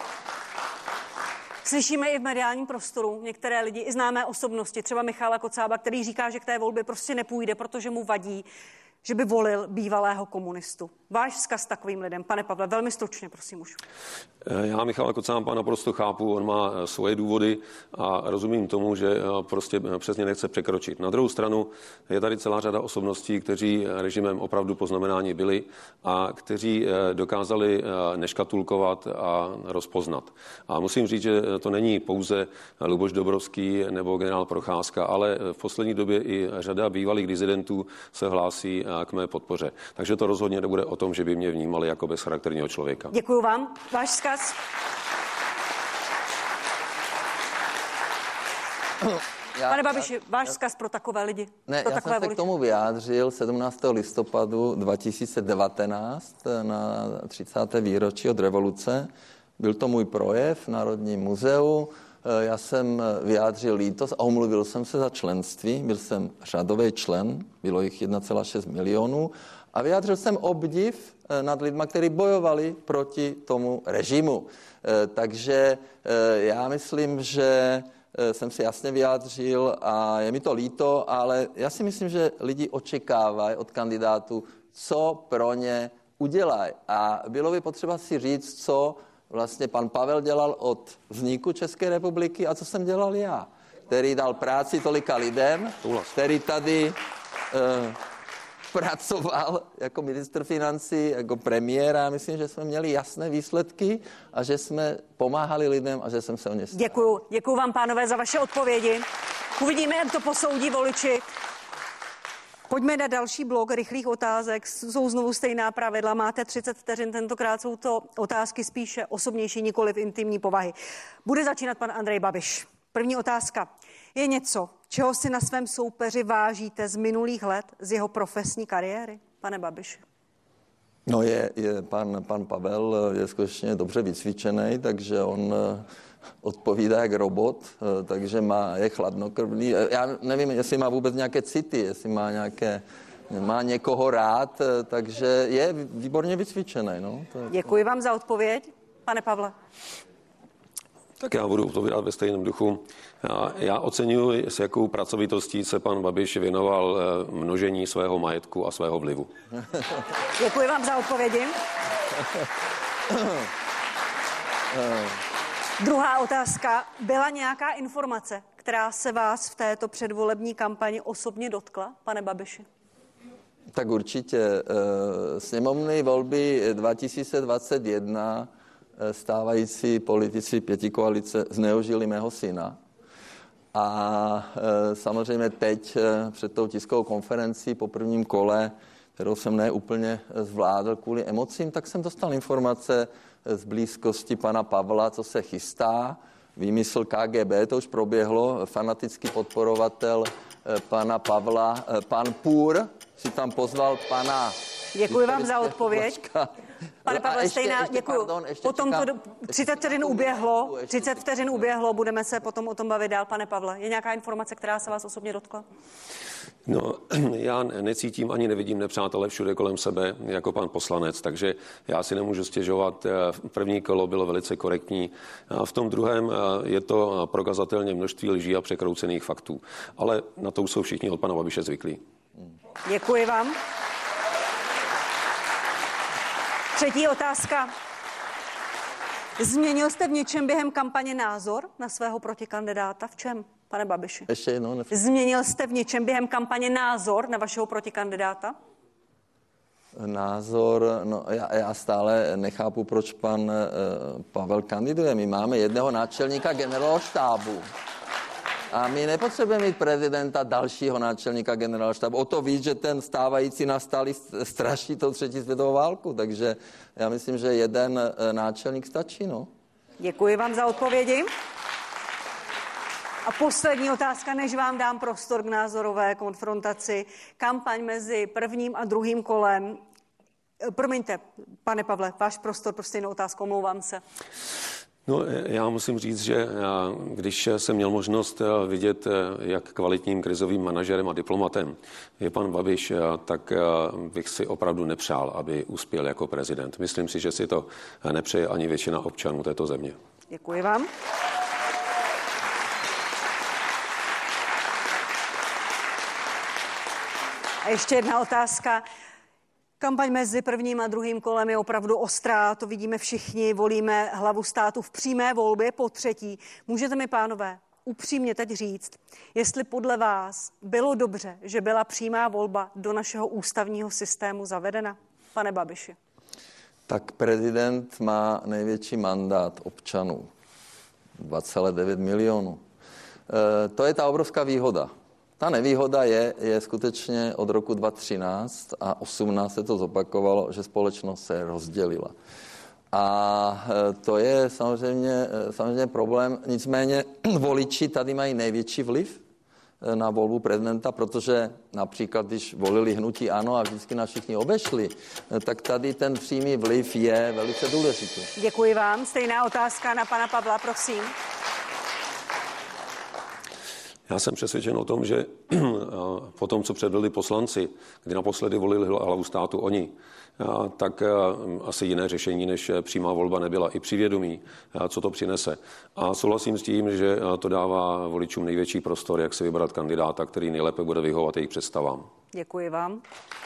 Slyšíme i v mediálním prostoru některé lidi, i známé osobnosti, třeba Michala Kocába, který říká, že k té volbě prostě nepůjde, protože mu vadí, že by volil bývalého komunistu. Váš vzkaz takovým lidem, pane Pavle, velmi stručně, prosím už. Já Michala Kocába naprosto chápu, on má svoje důvody a rozumím tomu, že prostě přesně nechce překročit. Na druhou stranu je tady celá řada osobností, kteří režimem opravdu poznamenáni byli a kteří dokázali neškatulkovat a rozpoznat. A musím říct, že to není pouze Luboš Dobrovský nebo generál Procházka, ale v poslední době i řada bývalých disidentů se hlásí k mé podpoře. Takže to rozhodně nebude o tom, že by mě vnímali jako bezcharakterního člověka. Děkuju vám. Váš vzkaz? Já, Pane Babiši, váš já, vzkaz pro takové lidi? Ne, pro já takové jsem se voliče. k tomu vyjádřil sedmnáctého listopadu dva tisíce devatenáct na třicátém výročí od revoluce. Byl to můj projev v Národním muzeu. Já jsem vyjádřil lítost a omluvil jsem se za členství. Byl jsem řadový člen, bylo jich jedna celá šest milionů a vyjádřil jsem obdiv nad lidma, kteří bojovali proti tomu režimu. Takže já myslím, že jsem si jasně vyjádřil a je mi to líto, ale já si myslím, že lidi očekávají od kandidátů, co pro ně udělají. A bylo by potřeba si říct, co vlastně pan Pavel dělal od vzniku České republiky a co jsem dělal já, který dal práci tolika lidem, který tady eh, pracoval jako ministr financí, jako premiér a myslím, že jsme měli jasné výsledky a že jsme pomáhali lidem a že jsem se o ně staral. Děkuju. Děkuju vám, pánové, za vaše odpovědi. Uvidíme, jak to posoudí voliči. Pojďme na další blok rychlých otázek. Jsou znovu stejná pravidla. Máte třicet vteřin, tentokrát jsou to otázky spíše osobnější, nikoliv intimní povahy. Bude začínat pan Andrej Babiš. První otázka. Je něco, čeho si na svém soupeři vážíte z minulých let, z jeho profesní kariéry, pane Babiši? No je, je pan, pan Pavel je skutečně dobře vycvičený, takže on odpovídá jak robot, takže má, je chladnokrvný. Já nevím, jestli má vůbec nějaké city, jestli má nějaké, má někoho rád, takže je výborně vycvičený. No. To... Děkuji vám za odpověď, pane Pavle. Tak já budu odpovídat ve stejném duchu. Já, já oceňuji, s jakou pracovitostí se pan Babiš věnoval množení svého majetku a svého vlivu. Děkuji vám za odpovědi. Druhá otázka. Byla nějaká informace, která se vás v této předvolební kampani osobně dotkla, pane Babiši? Tak určitě. Sněmovní volby dva tisíce dvacet jedna stávající politici pětikoalice zneužili mého syna. A samozřejmě teď před tou tiskovou konferencí po prvním kole, kterou jsem ne úplně zvládl kvůli emocím, tak jsem dostal informace z blízkosti pana Pavla, co se chystá. Výmysl K G B, to už proběhlo, fanatický podporovatel pana Pavla, pan Půr, si tam pozval pana... Děkuji vám za odpověď. Pane Pavle, stejná, děkuji. Potom to třicet vteřin uběhlo, třicet vteřin uběhlo, budeme se potom o tom bavit dál, pane Pavle. Je nějaká informace, která se vás osobně dotkla? No, já necítím ani nevidím nepřátele všude kolem sebe jako pan poslanec, takže já si nemůžu stěžovat. První kolo bylo velice korektní. V tom druhém je to prokazatelně množství lží a překroucených faktů. Ale na to už jsou všichni od pana Babiše zvyklí. Děkuji vám. Třetí otázka. Změnil jste v něčem během kampaně názor na svého protikandidáta? V čem, pane Babiši? Ještě jednou. Nef- Změnil jste v něčem během kampaně názor na vašeho protikandidáta? Názor, no já, já stále nechápu, proč pan uh, Pavel kandiduje. My máme jedného náčelníka generálního štábu. A my nepotřebujeme mít prezidenta dalšího náčelníka generálního štábu. O to víc, že ten stávající nastálý straší tou třetí světovou válku. Takže já myslím, že jeden náčelník stačí, no. Děkuji vám za odpovědi. A poslední otázka, než vám dám prostor k názorové konfrontaci. Kampaň mezi prvním a druhým kolem. Promiňte, pane Pavle, váš prostor pro stejnou otázku, omlouvám se. No, já musím říct, že když jsem měl možnost vidět, jak kvalitním krizovým manažerem a diplomatem je pan Babiš, tak bych si opravdu nepřál, aby uspěl jako prezident. Myslím si, že si to nepřeje ani většina občanů této země. Děkuji vám. A ještě jedna otázka. Kampaň mezi prvním a druhým kolem je opravdu ostrá, to vidíme všichni, volíme hlavu státu v přímé volbě po třetí. Můžete mi, pánové, upřímně teď říct, jestli podle vás bylo dobře, že byla přímá volba do našeho ústavního systému zavedena? Pane Babiši. Tak prezident má největší mandát občanů, dva celé devět milionů. E, to je ta obrovská výhoda. Ta nevýhoda je, je skutečně od roku dva tisíce třináct a osmnáct se to zopakovalo, že společnost se rozdělila. A to je samozřejmě, samozřejmě problém. Nicméně voliči tady mají největší vliv na volbu prezidenta, protože například, když volili hnutí ANO a vždycky nás všichni obešli, tak tady ten přímý vliv je velice důležitý. Děkuji vám. Stejná otázka na pana Pavla, prosím. Já jsem přesvědčen o tom, že po tom, co předvedli poslanci, kdy naposledy volili hlavu státu oni, tak asi jiné řešení než přímá volba nebyla i při vědomí, co to přinese. A souhlasím s tím, že to dává voličům největší prostor, jak si vybrat kandidáta, který nejlépe bude vyhovovat jejich představám. Děkuji vám.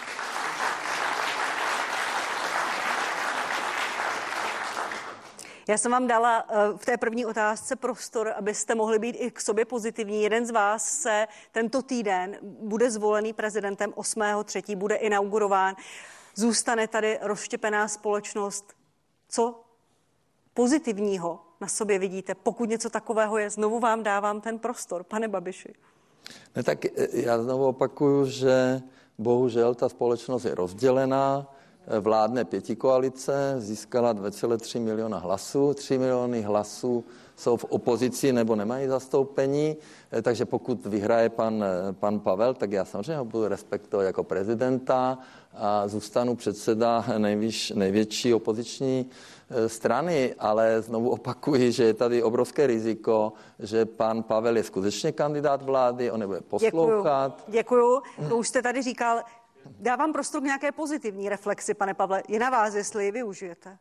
Já jsem vám dala v té první otázce prostor, abyste mohli být i k sobě pozitivní. Jeden z vás se tento týden bude zvolený prezidentem osmého třetího bude inaugurován. Zůstane tady rozštěpená společnost. Co pozitivního na sobě vidíte? Pokud něco takového je, znovu vám dávám ten prostor. Pane Babiši. Ne, tak já znovu opakuju, že bohužel ta společnost je rozdělená. Vládne pětikoalice, získala dva celé tři miliona hlasů. tři miliony hlasů jsou v opozici nebo nemají zastoupení, takže pokud vyhraje pan, pan Pavel, tak já samozřejmě ho budu respektovat jako prezidenta a zůstanu předseda nejvíš, největší opoziční strany, ale znovu opakuji, že je tady obrovské riziko, že pan Pavel je skutečně kandidát vlády, on nebude poslouchat. Děkuju, Děkuju. To už jste tady říkal. Dávám prostor k nějaké pozitivní reflexi, pane Pavle. Je na vás, jestli ji využijete.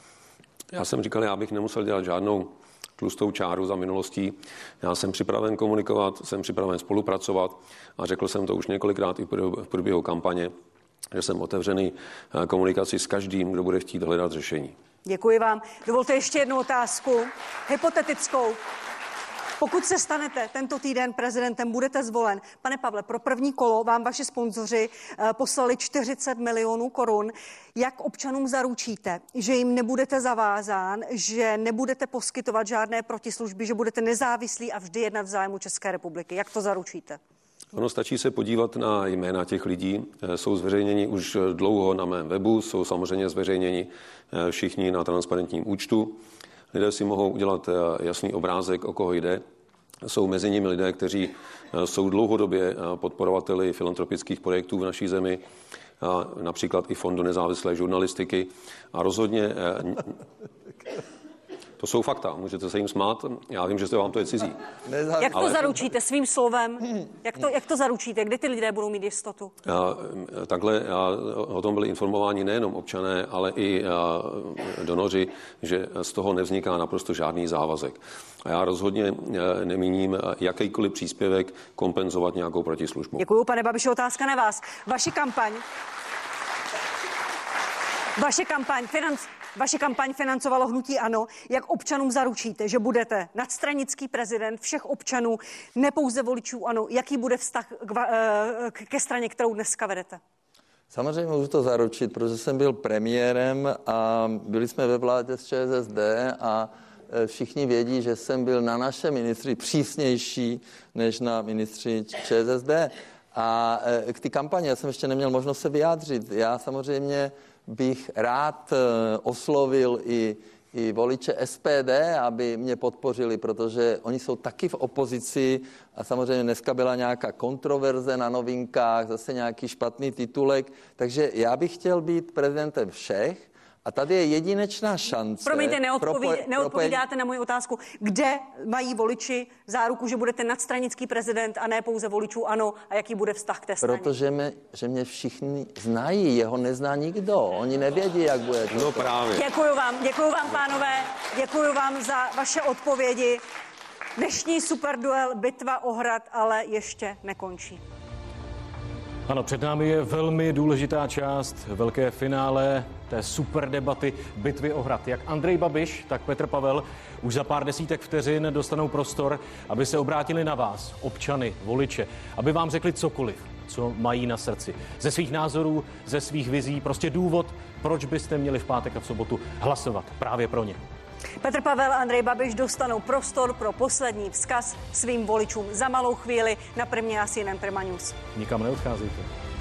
Já jsem říkal, já bych nemusel dělat žádnou tlustou čáru za minulostí. Já jsem připraven komunikovat, jsem připraven spolupracovat a řekl jsem to už několikrát i v průběhu kampaně, že jsem otevřený komunikaci s každým, kdo bude chtít hledat řešení. Děkuji vám. Dovolte ještě jednu otázku, hypotetickou. Pokud se stanete tento týden prezidentem, budete zvolen. Pane Pavle, pro první kolo vám vaši sponzoři poslali čtyřicet milionů korun. Jak občanům zaručíte, že jim nebudete zavázán, že nebudete poskytovat žádné protislužby, že budete nezávislí a vždy jednat v zájmu České republiky? Jak to zaručíte? Ono stačí se podívat na jména těch lidí. Jsou zveřejněni už dlouho na mém webu, jsou samozřejmě zveřejněni všichni na transparentním účtu. Lidé si mohou udělat jasný obrázek, o koho jde. Jsou mezi nimi lidé, kteří jsou dlouhodobě podporovateli filantropických projektů v naší zemi, například i Fondu nezávislé žurnalistiky. A rozhodně to jsou fakta, můžete se jim smát, já vím, že to vám to je cizí. Jak to ale... zaručíte svým slovem? Jak to, jak to zaručíte? Kdy ty lidé budou mít jistotu? Já, takhle já, o tom byli informováni nejenom občané, ale i já, donoři, že z toho nevzniká naprosto žádný závazek. A já rozhodně nemíním jakýkoliv příspěvek kompenzovat nějakou protislužbu. Děkuju, pane Babiši, otázka na vás. Vaši kampaň... Vaše kampaň, financ, vaše kampaň financovalo hnutí ANO. Jak občanům zaručíte, že budete nadstranický prezident všech občanů, ne pouze voličů ANO? Jaký bude vztah k, ke straně, kterou dneska vedete? Samozřejmě můžu to zaručit, protože jsem byl premiérem a byli jsme ve vládě s ČSSD a všichni vědí, že jsem byl na naše ministry přísnější než na ministři ČSSD. A k té kampani já jsem ještě neměl možnost se vyjádřit. Já samozřejmě bych rád oslovil i, i voliče S P D, aby mě podpořili, protože oni jsou taky v opozici a samozřejmě dneska byla nějaká kontroverze na Novinkách, zase nějaký špatný titulek, takže já bych chtěl být prezidentem všech. A tady je jedinečná šance. Promiňte, neodpovídá, pro, neodpovídáte pro... na moji otázku. Kde mají voliči záruku, že budete nadstranický prezident a ne pouze voličů ANO a jaký bude vztah k té straně? Protože mě, že mě všichni znají, jeho nezná nikdo. Oni nevědí, jak bude. No právě. Děkuju vám, děkuju vám, pánové, děkuju vám za vaše odpovědi. Dnešní superduel bitva o Hrad ale ještě nekončí. Ano, před námi je velmi důležitá část, velké finále té super debaty bitvy o Hrad. Jak Andrej Babiš, tak Petr Pavel už za pár desítek vteřin dostanou prostor, aby se obrátili na vás, občany, voliče, aby vám řekli cokoliv, co mají na srdci. Ze svých názorů, ze svých vizí, prostě důvod, proč byste měli v pátek a v sobotu hlasovat právě pro ně. Petr Pavel a Andrej Babiš dostanou prostor pro poslední vzkaz svým voličům za malou chvíli na Primě a C N N Prima News. Nikam neodcházejte.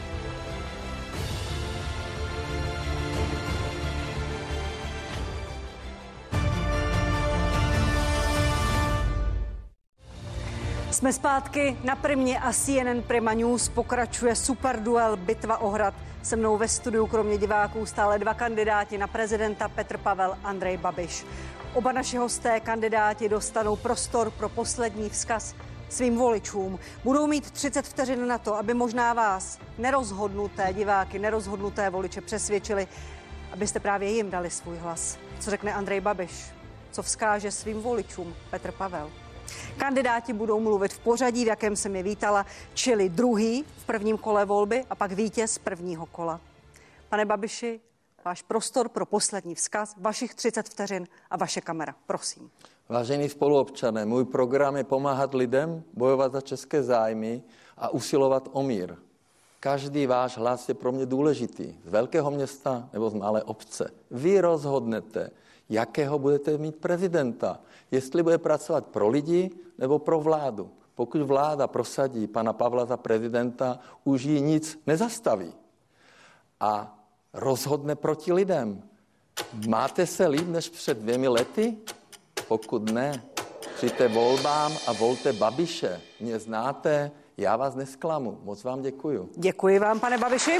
Jsme zpátky na Primě a C N N Prima News. Pokračuje superduel bitva o Hrad. Se mnou ve studiu kromě diváků stále dva kandidáti na prezidenta, Petr Pavel, Andrej Babiš. Oba naši hosté kandidáti dostanou prostor pro poslední vzkaz svým voličům. Budou mít třicet vteřin na to, aby možná vás, nerozhodnuté diváky, nerozhodnuté voliče, přesvědčili, abyste právě jim dali svůj hlas. Co řekne Andrej Babiš? Co vzkáže svým voličům Petr Pavel? Kandidáti budou mluvit v pořadí, v jakém jsem je vítala, čili druhý v prvním kole volby a pak vítěz prvního kola. Pane Babiši, váš prostor pro poslední vzkaz, vašich třicet vteřin a vaše kamera. Prosím. Vážení spoluobčané, můj program je pomáhat lidem, bojovat za české zájmy a usilovat o mír. Každý váš hlas je pro mě důležitý. Z velkého města nebo z malé obce. Vy rozhodnete, jakého budete mít prezidenta. Jestli bude pracovat pro lidi nebo pro vládu. Pokud vláda prosadí pana Pavla za prezidenta, už ji nic nezastaví. A rozhodne proti lidem. Máte se líp než před dvěmi lety? Pokud ne, přijďte volbám a volte Babiše. Mě znáte, já vás nesklamu. Moc vám děkuju. Děkuji vám, pane Babiši.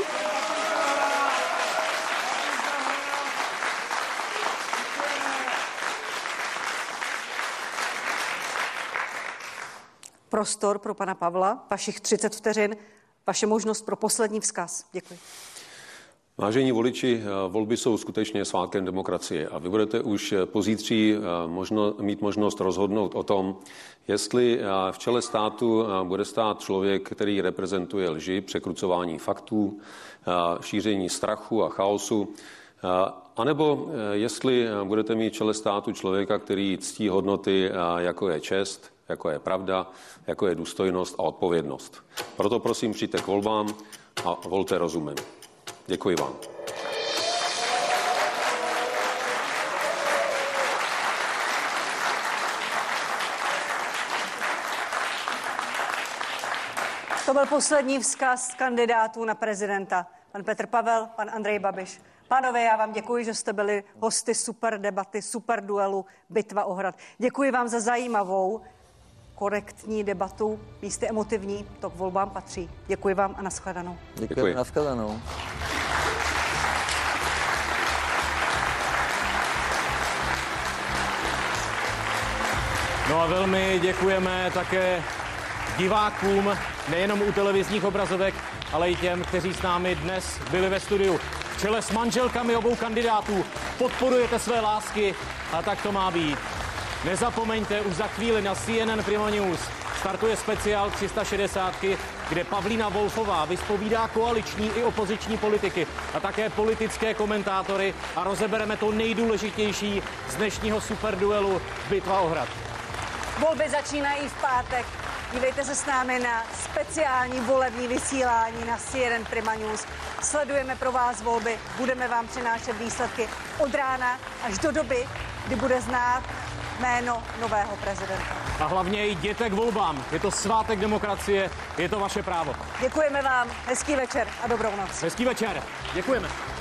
Prostor pro pana Pavla, vašich třicet vteřin, vaše možnost pro poslední vzkaz. Děkuji. Vážení voliči, volby jsou skutečně svátkem demokracie a vy budete už pozítří možno, mít možnost rozhodnout o tom, jestli v čele státu bude stát člověk, který reprezentuje lži, překrucování faktů, šíření strachu a chaosu, anebo jestli budete mít v čele státu člověka, který ctí hodnoty, jako je čest, jako je pravda, jako je důstojnost a odpovědnost. Proto prosím, přijďte k volbám a volte rozumem. Děkuji vám. To byl poslední vzkaz kandidátů na prezidenta. Pan Petr Pavel, pan Andrej Babiš. Pánové, já vám děkuji, že jste byli hosty super debaty, super duelu Bitva o hrad. Děkuji vám za zajímavou, korektní debatu, místy emotivní, to k volbám patří. Děkuji vám a nashledanou. Děkuji. Děkuji. Nashledanou. No a velmi děkujeme také divákům, nejenom u televizních obrazovek, ale i těm, kteří s námi dnes byli ve studiu. V čele s manželkami obou kandidátů podporujete své lásky a tak to má být. Nezapomeňte, už za chvíli na C N N Prima News startuje speciál tři sta šedesát, kde Pavlína Wolfová vyspovídá koaliční i opoziční politiky a také politické komentátory a rozebereme to nejdůležitější z dnešního superduelu Bitva o hrad. Volby začínají v pátek. Dívejte se s námi na speciální volební vysílání na C N N Prima News. Sledujeme pro vás volby, budeme vám přinášet výsledky od rána až do doby, kdy bude znát jméno nového prezidenta. A hlavně jděte k volbám. Je to svátek demokracie, je to vaše právo. Děkujeme vám, hezký večer a dobrou noc. Hezký večer, děkujeme.